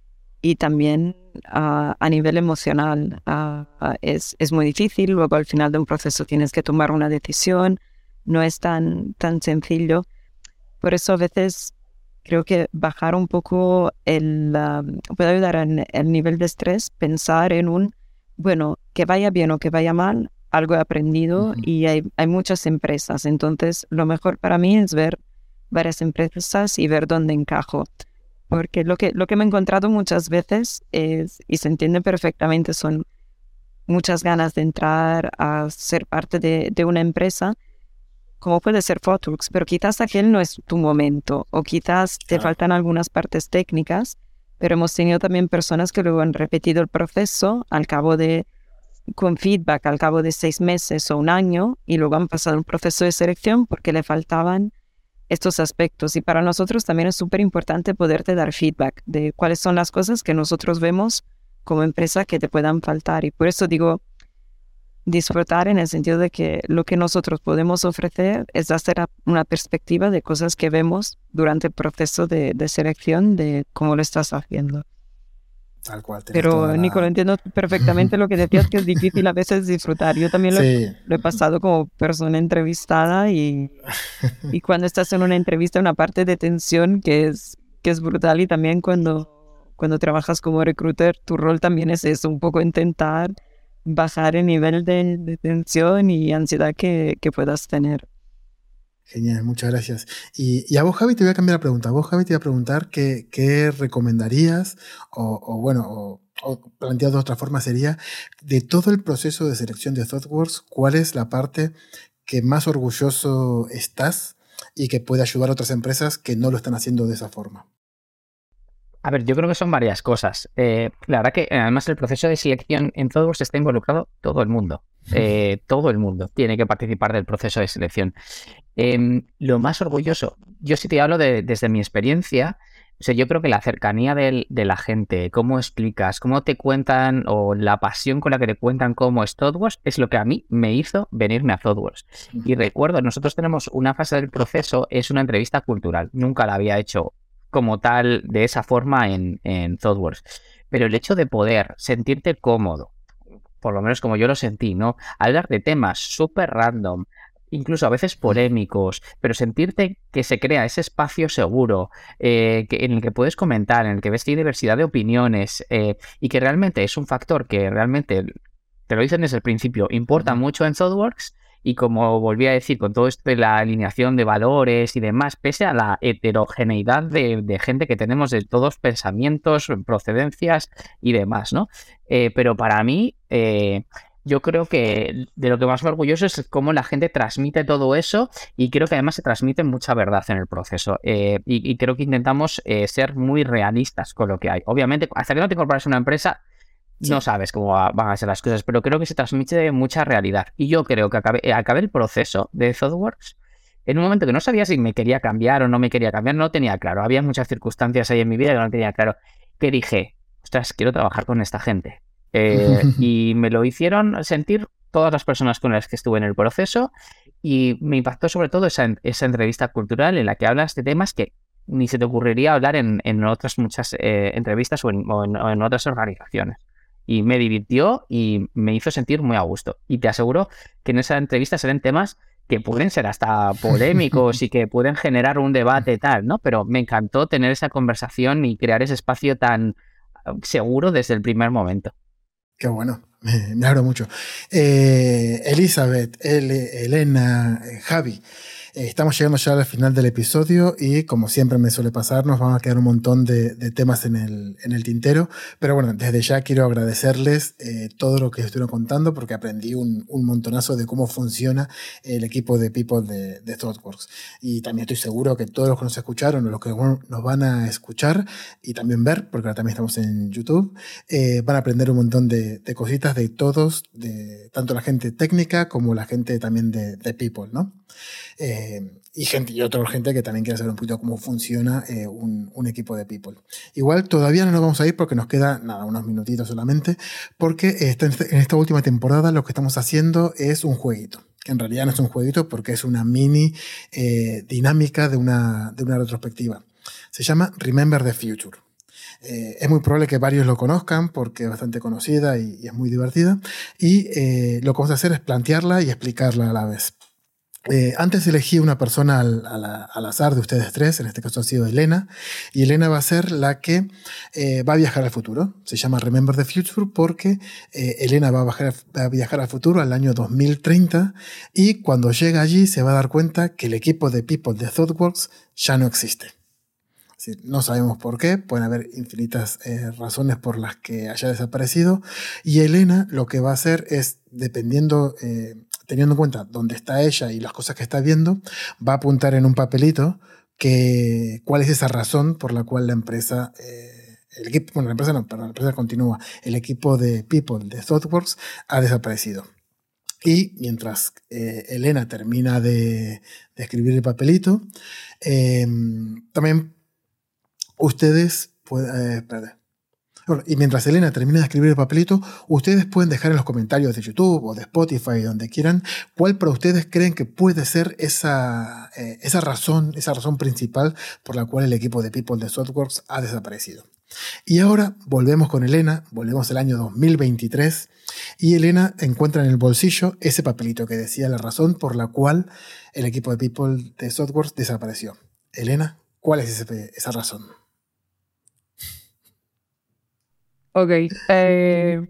y también uh, a nivel emocional uh, uh, es, es muy difícil. Luego al final de un proceso tienes que tomar una decisión, no es tan, tan sencillo. Por eso a veces creo que bajar un poco el, uh, puede ayudar en el nivel de estrés, pensar en un, bueno, que vaya bien o que vaya mal, algo he aprendido. Uh-huh. Y hay, hay muchas empresas, entonces lo mejor para mí es ver varias empresas y ver dónde encajo. Porque lo que, lo que me he encontrado muchas veces es, y se entiende perfectamente, son muchas ganas de entrar a ser parte de, de una empresa, como puede ser ThoughtWorks, pero quizás aquel no es tu momento, o quizás te faltan algunas partes técnicas, pero hemos tenido también personas que luego han repetido el proceso al cabo de, con feedback al cabo de seis meses o un año, y luego han pasado un proceso de selección porque le faltaban estos aspectos. Y para nosotros también es súper importante poderte dar feedback de cuáles son las cosas que nosotros vemos como empresa que te puedan faltar. Y por eso digo, disfrutar en el sentido de que lo que nosotros podemos ofrecer es hacer una perspectiva de cosas que vemos durante el proceso de, de selección de cómo lo estás haciendo. Tal cual. Pero, la... Nico, lo entiendo perfectamente lo que decías, que es difícil a veces disfrutar. Yo también lo, sí. he, lo he pasado como persona entrevistada y, y cuando estás en una entrevista, una parte de tensión que es, que es brutal. Y también cuando, cuando trabajas como recruiter, tu rol también es eso, un poco intentar bajar el nivel de, de tensión y ansiedad que, que puedas tener. Genial, muchas gracias. Y, y a vos, Javi, te voy a cambiar la pregunta. A vos, Javi, te voy a preguntar qué, qué recomendarías, o, o bueno, o, o planteado de otra forma sería, de todo el proceso de selección de ThoughtWorks, ¿cuál es la parte que más orgulloso estás y que puede ayudar a otras empresas que no lo están haciendo de esa forma? A ver, yo creo que son varias cosas. Eh, la verdad que además el proceso de selección en ThoughtWorks está involucrado todo el mundo. Eh, todo el mundo tiene que participar del proceso de selección. Eh, lo más orgulloso, yo sí te hablo de, desde mi experiencia, o sea, yo creo que la cercanía de, de la gente, cómo explicas, cómo te cuentan o la pasión con la que te cuentan cómo es ThoughtWorks es lo que a mí me hizo venirme a ThoughtWorks. Y recuerdo, nosotros tenemos una fase del proceso, es una entrevista cultural. Nunca la había hecho como tal, de esa forma en, en ThoughtWorks. Pero el hecho de poder sentirte cómodo, por lo menos como yo lo sentí, ¿no? Hablar de temas súper random, incluso a veces polémicos, pero sentirte que se crea ese espacio seguro, eh, que, en el que puedes comentar, en el que ves que hay diversidad de opiniones, eh, y que realmente es un factor que realmente, te lo dicen desde el principio, importa mucho en ThoughtWorks. Y como volví a decir, con todo esto de la alineación de valores y demás, pese a la heterogeneidad de, de gente que tenemos de todos pensamientos, procedencias y demás, ¿no? Eh, pero para mí, eh, yo creo que de lo que más me orgulloso es cómo la gente transmite todo eso y creo que además se transmite mucha verdad en el proceso. Eh, y, y creo que intentamos eh, ser muy realistas con lo que hay. Obviamente, hasta que no te incorporas a una empresa, sí, no sabes cómo va, van a ser las cosas, pero creo que se transmite mucha realidad. Y yo creo que acabé, acabé el proceso de ThoughtWorks en un momento que no sabía si me quería cambiar o no me quería cambiar, no lo tenía claro. Había muchas circunstancias ahí en mi vida que no tenía claro. Que dije, ostras, quiero trabajar con esta gente. Eh, y me lo hicieron sentir todas las personas con las que estuve en el proceso y me impactó sobre todo esa, esa entrevista cultural en la que hablas de temas que ni se te ocurriría hablar en, en otras muchas eh, entrevistas o en, o, en, o en otras organizaciones. Y me divirtió y me hizo sentir muy a gusto. Y te aseguro que en esa entrevista se ven temas que pueden ser hasta polémicos y que pueden generar un debate tal, ¿no? Pero me encantó tener esa conversación y crear ese espacio tan seguro desde el primer momento. Qué bueno, me, me alegro mucho. Eh, Elizabeth, El, Elena, eh, Javi, eh, estamos llegando ya al final del episodio y como siempre me suele pasar, nos van a quedar un montón de, de temas en el, en el tintero, pero bueno, desde ya quiero agradecerles eh, todo lo que estuvieron contando porque aprendí un, un montonazo de cómo funciona el equipo de People de, de ThoughtWorks. Y también estoy seguro que todos los que nos escucharon o los que nos van a escuchar y también ver, porque ahora también estamos en YouTube, eh, van a aprender un montón de, de cositas de todos, de tanto la gente técnica como la gente también de, de People, ¿no? Eh, y gente y otra gente que también quiere saber un poquito cómo funciona eh, un, un equipo de People. Igual todavía no nos vamos a ir porque nos queda nada, unos minutitos solamente, porque esta, en esta última temporada lo que estamos haciendo es un jueguito, que en realidad no es un jueguito porque es una mini eh, dinámica de una, de una retrospectiva. Se llama Remember the Future. Eh, es muy probable que varios lo conozcan porque es bastante conocida y, y es muy divertida. Y eh, lo que vamos a hacer es plantearla y explicarla a la vez. Eh, antes elegí una persona al, al, al azar de ustedes tres, en este caso ha sido Elena, y Elena va a ser la que eh, va a viajar al futuro. Se llama Remember the Future porque eh, Elena va a, bajar, va a viajar al futuro al año dos mil treinta y cuando llega allí se va a dar cuenta que el equipo de People de ThoughtWorks ya no existe. Es decir, no sabemos por qué, pueden haber infinitas eh, razones por las que haya desaparecido, y Elena lo que va a hacer es, dependiendo... Eh, teniendo en cuenta dónde está ella y las cosas que está viendo, va a apuntar en un papelito que, cuál es esa razón por la cual la empresa, eh, el equipo, bueno, la empresa no, perdón, la empresa continúa, el equipo de People de ThoughtWorks ha desaparecido. Y mientras eh, Elena termina de, de escribir el papelito, eh, también ustedes pueden... Eh, perdón. Bueno, y mientras Elena termina de escribir el papelito, ustedes pueden dejar en los comentarios de YouTube o de Spotify, donde quieran, cuál para ustedes creen que puede ser esa, eh, esa razón, esa razón principal por la cual el equipo de People de ThoughtWorks ha desaparecido. Y ahora volvemos con Elena, volvemos al año dos mil veintitrés, y Elena encuentra en el bolsillo ese papelito que decía la razón por la cual el equipo de People de ThoughtWorks desapareció. Elena, ¿cuál es ese, esa razón? Ok. Eh,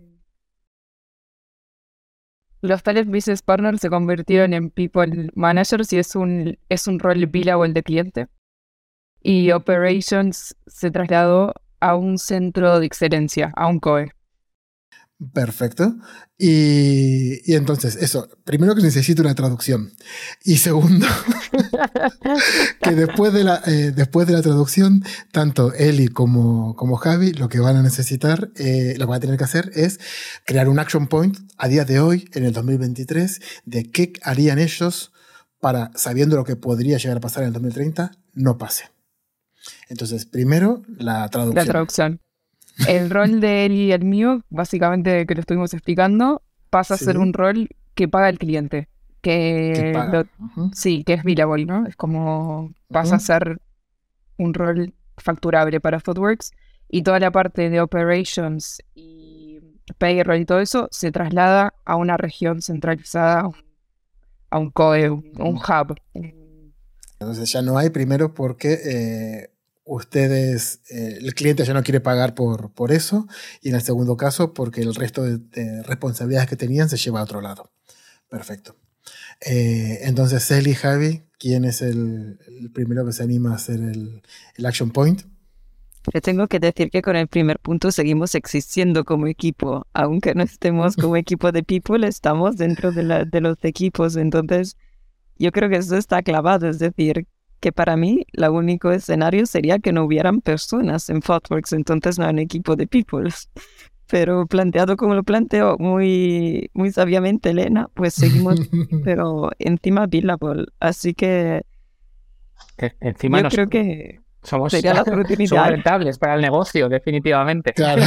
los Talent Business Partners se convirtieron en People Managers y es un, es un rol billable de cliente. Y Operations se trasladó a un centro de excelencia, a un C O E. Perfecto. Y, y entonces, eso, primero que necesito una traducción. Y segundo, que después de, la, eh, después de la traducción, tanto Eli como, como Javi, lo que van a necesitar, eh, lo que van a tener que hacer es crear un action point a día de hoy, en el dos mil veintitrés, de qué harían ellos para, sabiendo lo que podría llegar a pasar en el dos mil treinta, no pase. Entonces, primero, la traducción. La traducción. El rol de él y el mío, básicamente que lo estuvimos explicando, pasa sí. a ser un rol que paga el cliente. Que, que paga. Lo, uh-huh. Sí, que es billable, ¿no? Es como pasa uh-huh. a ser un rol facturable para ThoughtWorks y toda la parte de operations y payroll y todo eso se traslada a una región centralizada, a un C O E, un, un hub. Entonces ya no hay, primero porque... Eh... ustedes, eh, el cliente ya no quiere pagar por, por eso, y en el segundo caso porque el resto de, de responsabilidades que tenían se lleva a otro lado. Perfecto. Eh, entonces, Cel y Javi, ¿quién es el, el primero que se anima a hacer el, el action point? Pero tengo que decir que con el primer punto seguimos existiendo como equipo. Aunque no estemos como equipo de people, estamos dentro de, la, de los equipos. Entonces, yo creo que eso está clavado. Es decir, que para mí, el único escenario sería que no hubieran personas en ThoughtWorks. Entonces, no hay un equipo de people. Pero planteado como lo planteó muy, muy sabiamente Elena, pues seguimos, pero encima billable. Así que Que encima yo nos, creo que somos, sería la somos oportunidad. rentables para el negocio, definitivamente. Claro.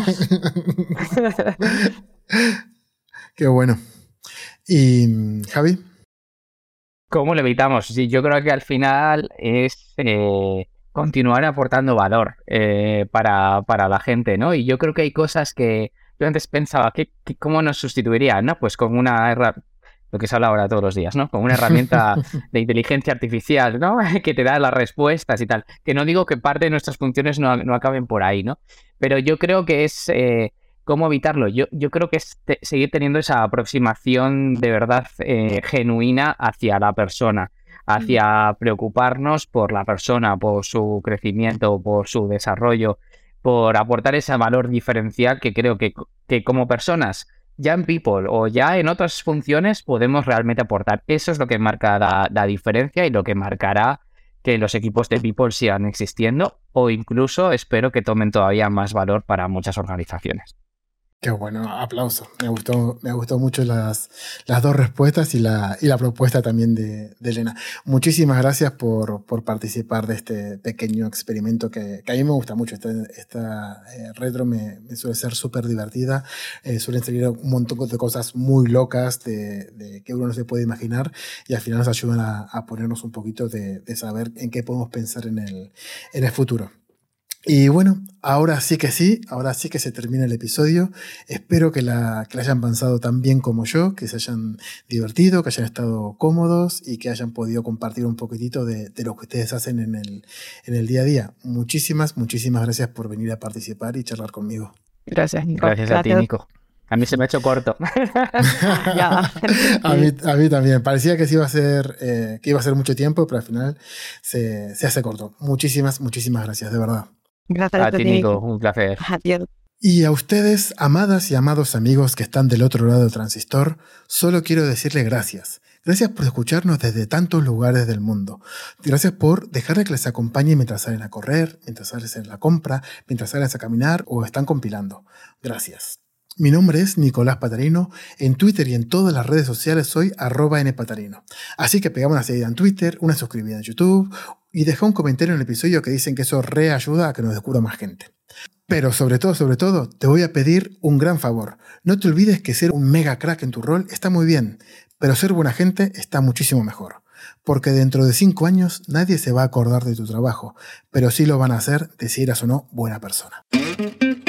Qué bueno. ¿Y Javi? ¿Cómo lo evitamos? Sí, yo creo que al final es eh, continuar aportando valor eh, para, para la gente, ¿no? Y yo creo que hay cosas que yo antes pensaba, ¿qué, qué, ¿cómo nos sustituirían? ¿No? Pues con una herramienta, lo que se habla ahora todos los días, ¿no? Con una herramienta de inteligencia artificial, ¿no? Que te da las respuestas y tal. Que no digo que parte de nuestras funciones no, no acaben por ahí, ¿no? Pero yo creo que es... Eh, ¿Cómo evitarlo? Yo, yo creo que es te, seguir teniendo esa aproximación de verdad eh, genuina hacia la persona, hacia preocuparnos por la persona, por su crecimiento, por su desarrollo, por aportar ese valor diferencial que creo que, que como personas, ya en People o ya en otras funciones, podemos realmente aportar. Eso es lo que marca la, la diferencia y lo que marcará que los equipos de People sigan existiendo o incluso espero que tomen todavía más valor para muchas organizaciones. Qué bueno, aplauso. Me gustó, me gustó mucho las, las dos respuestas y la, y la propuesta también de, de Elena. Muchísimas gracias por, por participar de este pequeño experimento que, que a mí me gusta mucho. Esta, esta eh, retro me, me suele ser súper divertida. Eh, suelen salir un montón de cosas muy locas de, de que uno no se puede imaginar y al final nos ayudan a, a ponernos un poquito de, de saber en qué podemos pensar en el, en el futuro. Y bueno, ahora sí que sí, ahora sí que se termina el episodio. Espero que la, que la hayan pasado tan bien como yo, que se hayan divertido, que hayan estado cómodos y que hayan podido compartir un poquitito de, de lo que ustedes hacen en el, en el día a día. Muchísimas, muchísimas gracias por venir a participar y charlar conmigo. Gracias, Nico. Gracias, gracias a ti, Nico. A mí se me ha hecho corto. Ya. a, mí, a mí también. Parecía que, se iba a ser, eh, que iba a ser mucho tiempo, pero al final se, se hace corto. Muchísimas, muchísimas gracias, de verdad. Gracias a ti, Nico. Un placer. Adiós. Y a ustedes, amadas y amados amigos que están del otro lado del transistor, solo quiero decirles gracias. Gracias por escucharnos desde tantos lugares del mundo. Gracias por dejar que les acompañe mientras salen a correr, mientras salen a la compra, mientras salen a caminar o están compilando. Gracias. Mi nombre es Nicolás Patarino. En Twitter y en todas las redes sociales soy arroba npatarino. Así que pegame una seguida en Twitter, una suscribida en YouTube y deja un comentario en el episodio que dicen que eso reayuda a que nos descubra más gente. Pero sobre todo, sobre todo, te voy a pedir un gran favor. No te olvides que ser un mega crack en tu rol está muy bien, pero ser buena gente está muchísimo mejor. Porque dentro de cinco años nadie se va a acordar de tu trabajo, pero sí lo van a hacer de si eras o no buena persona.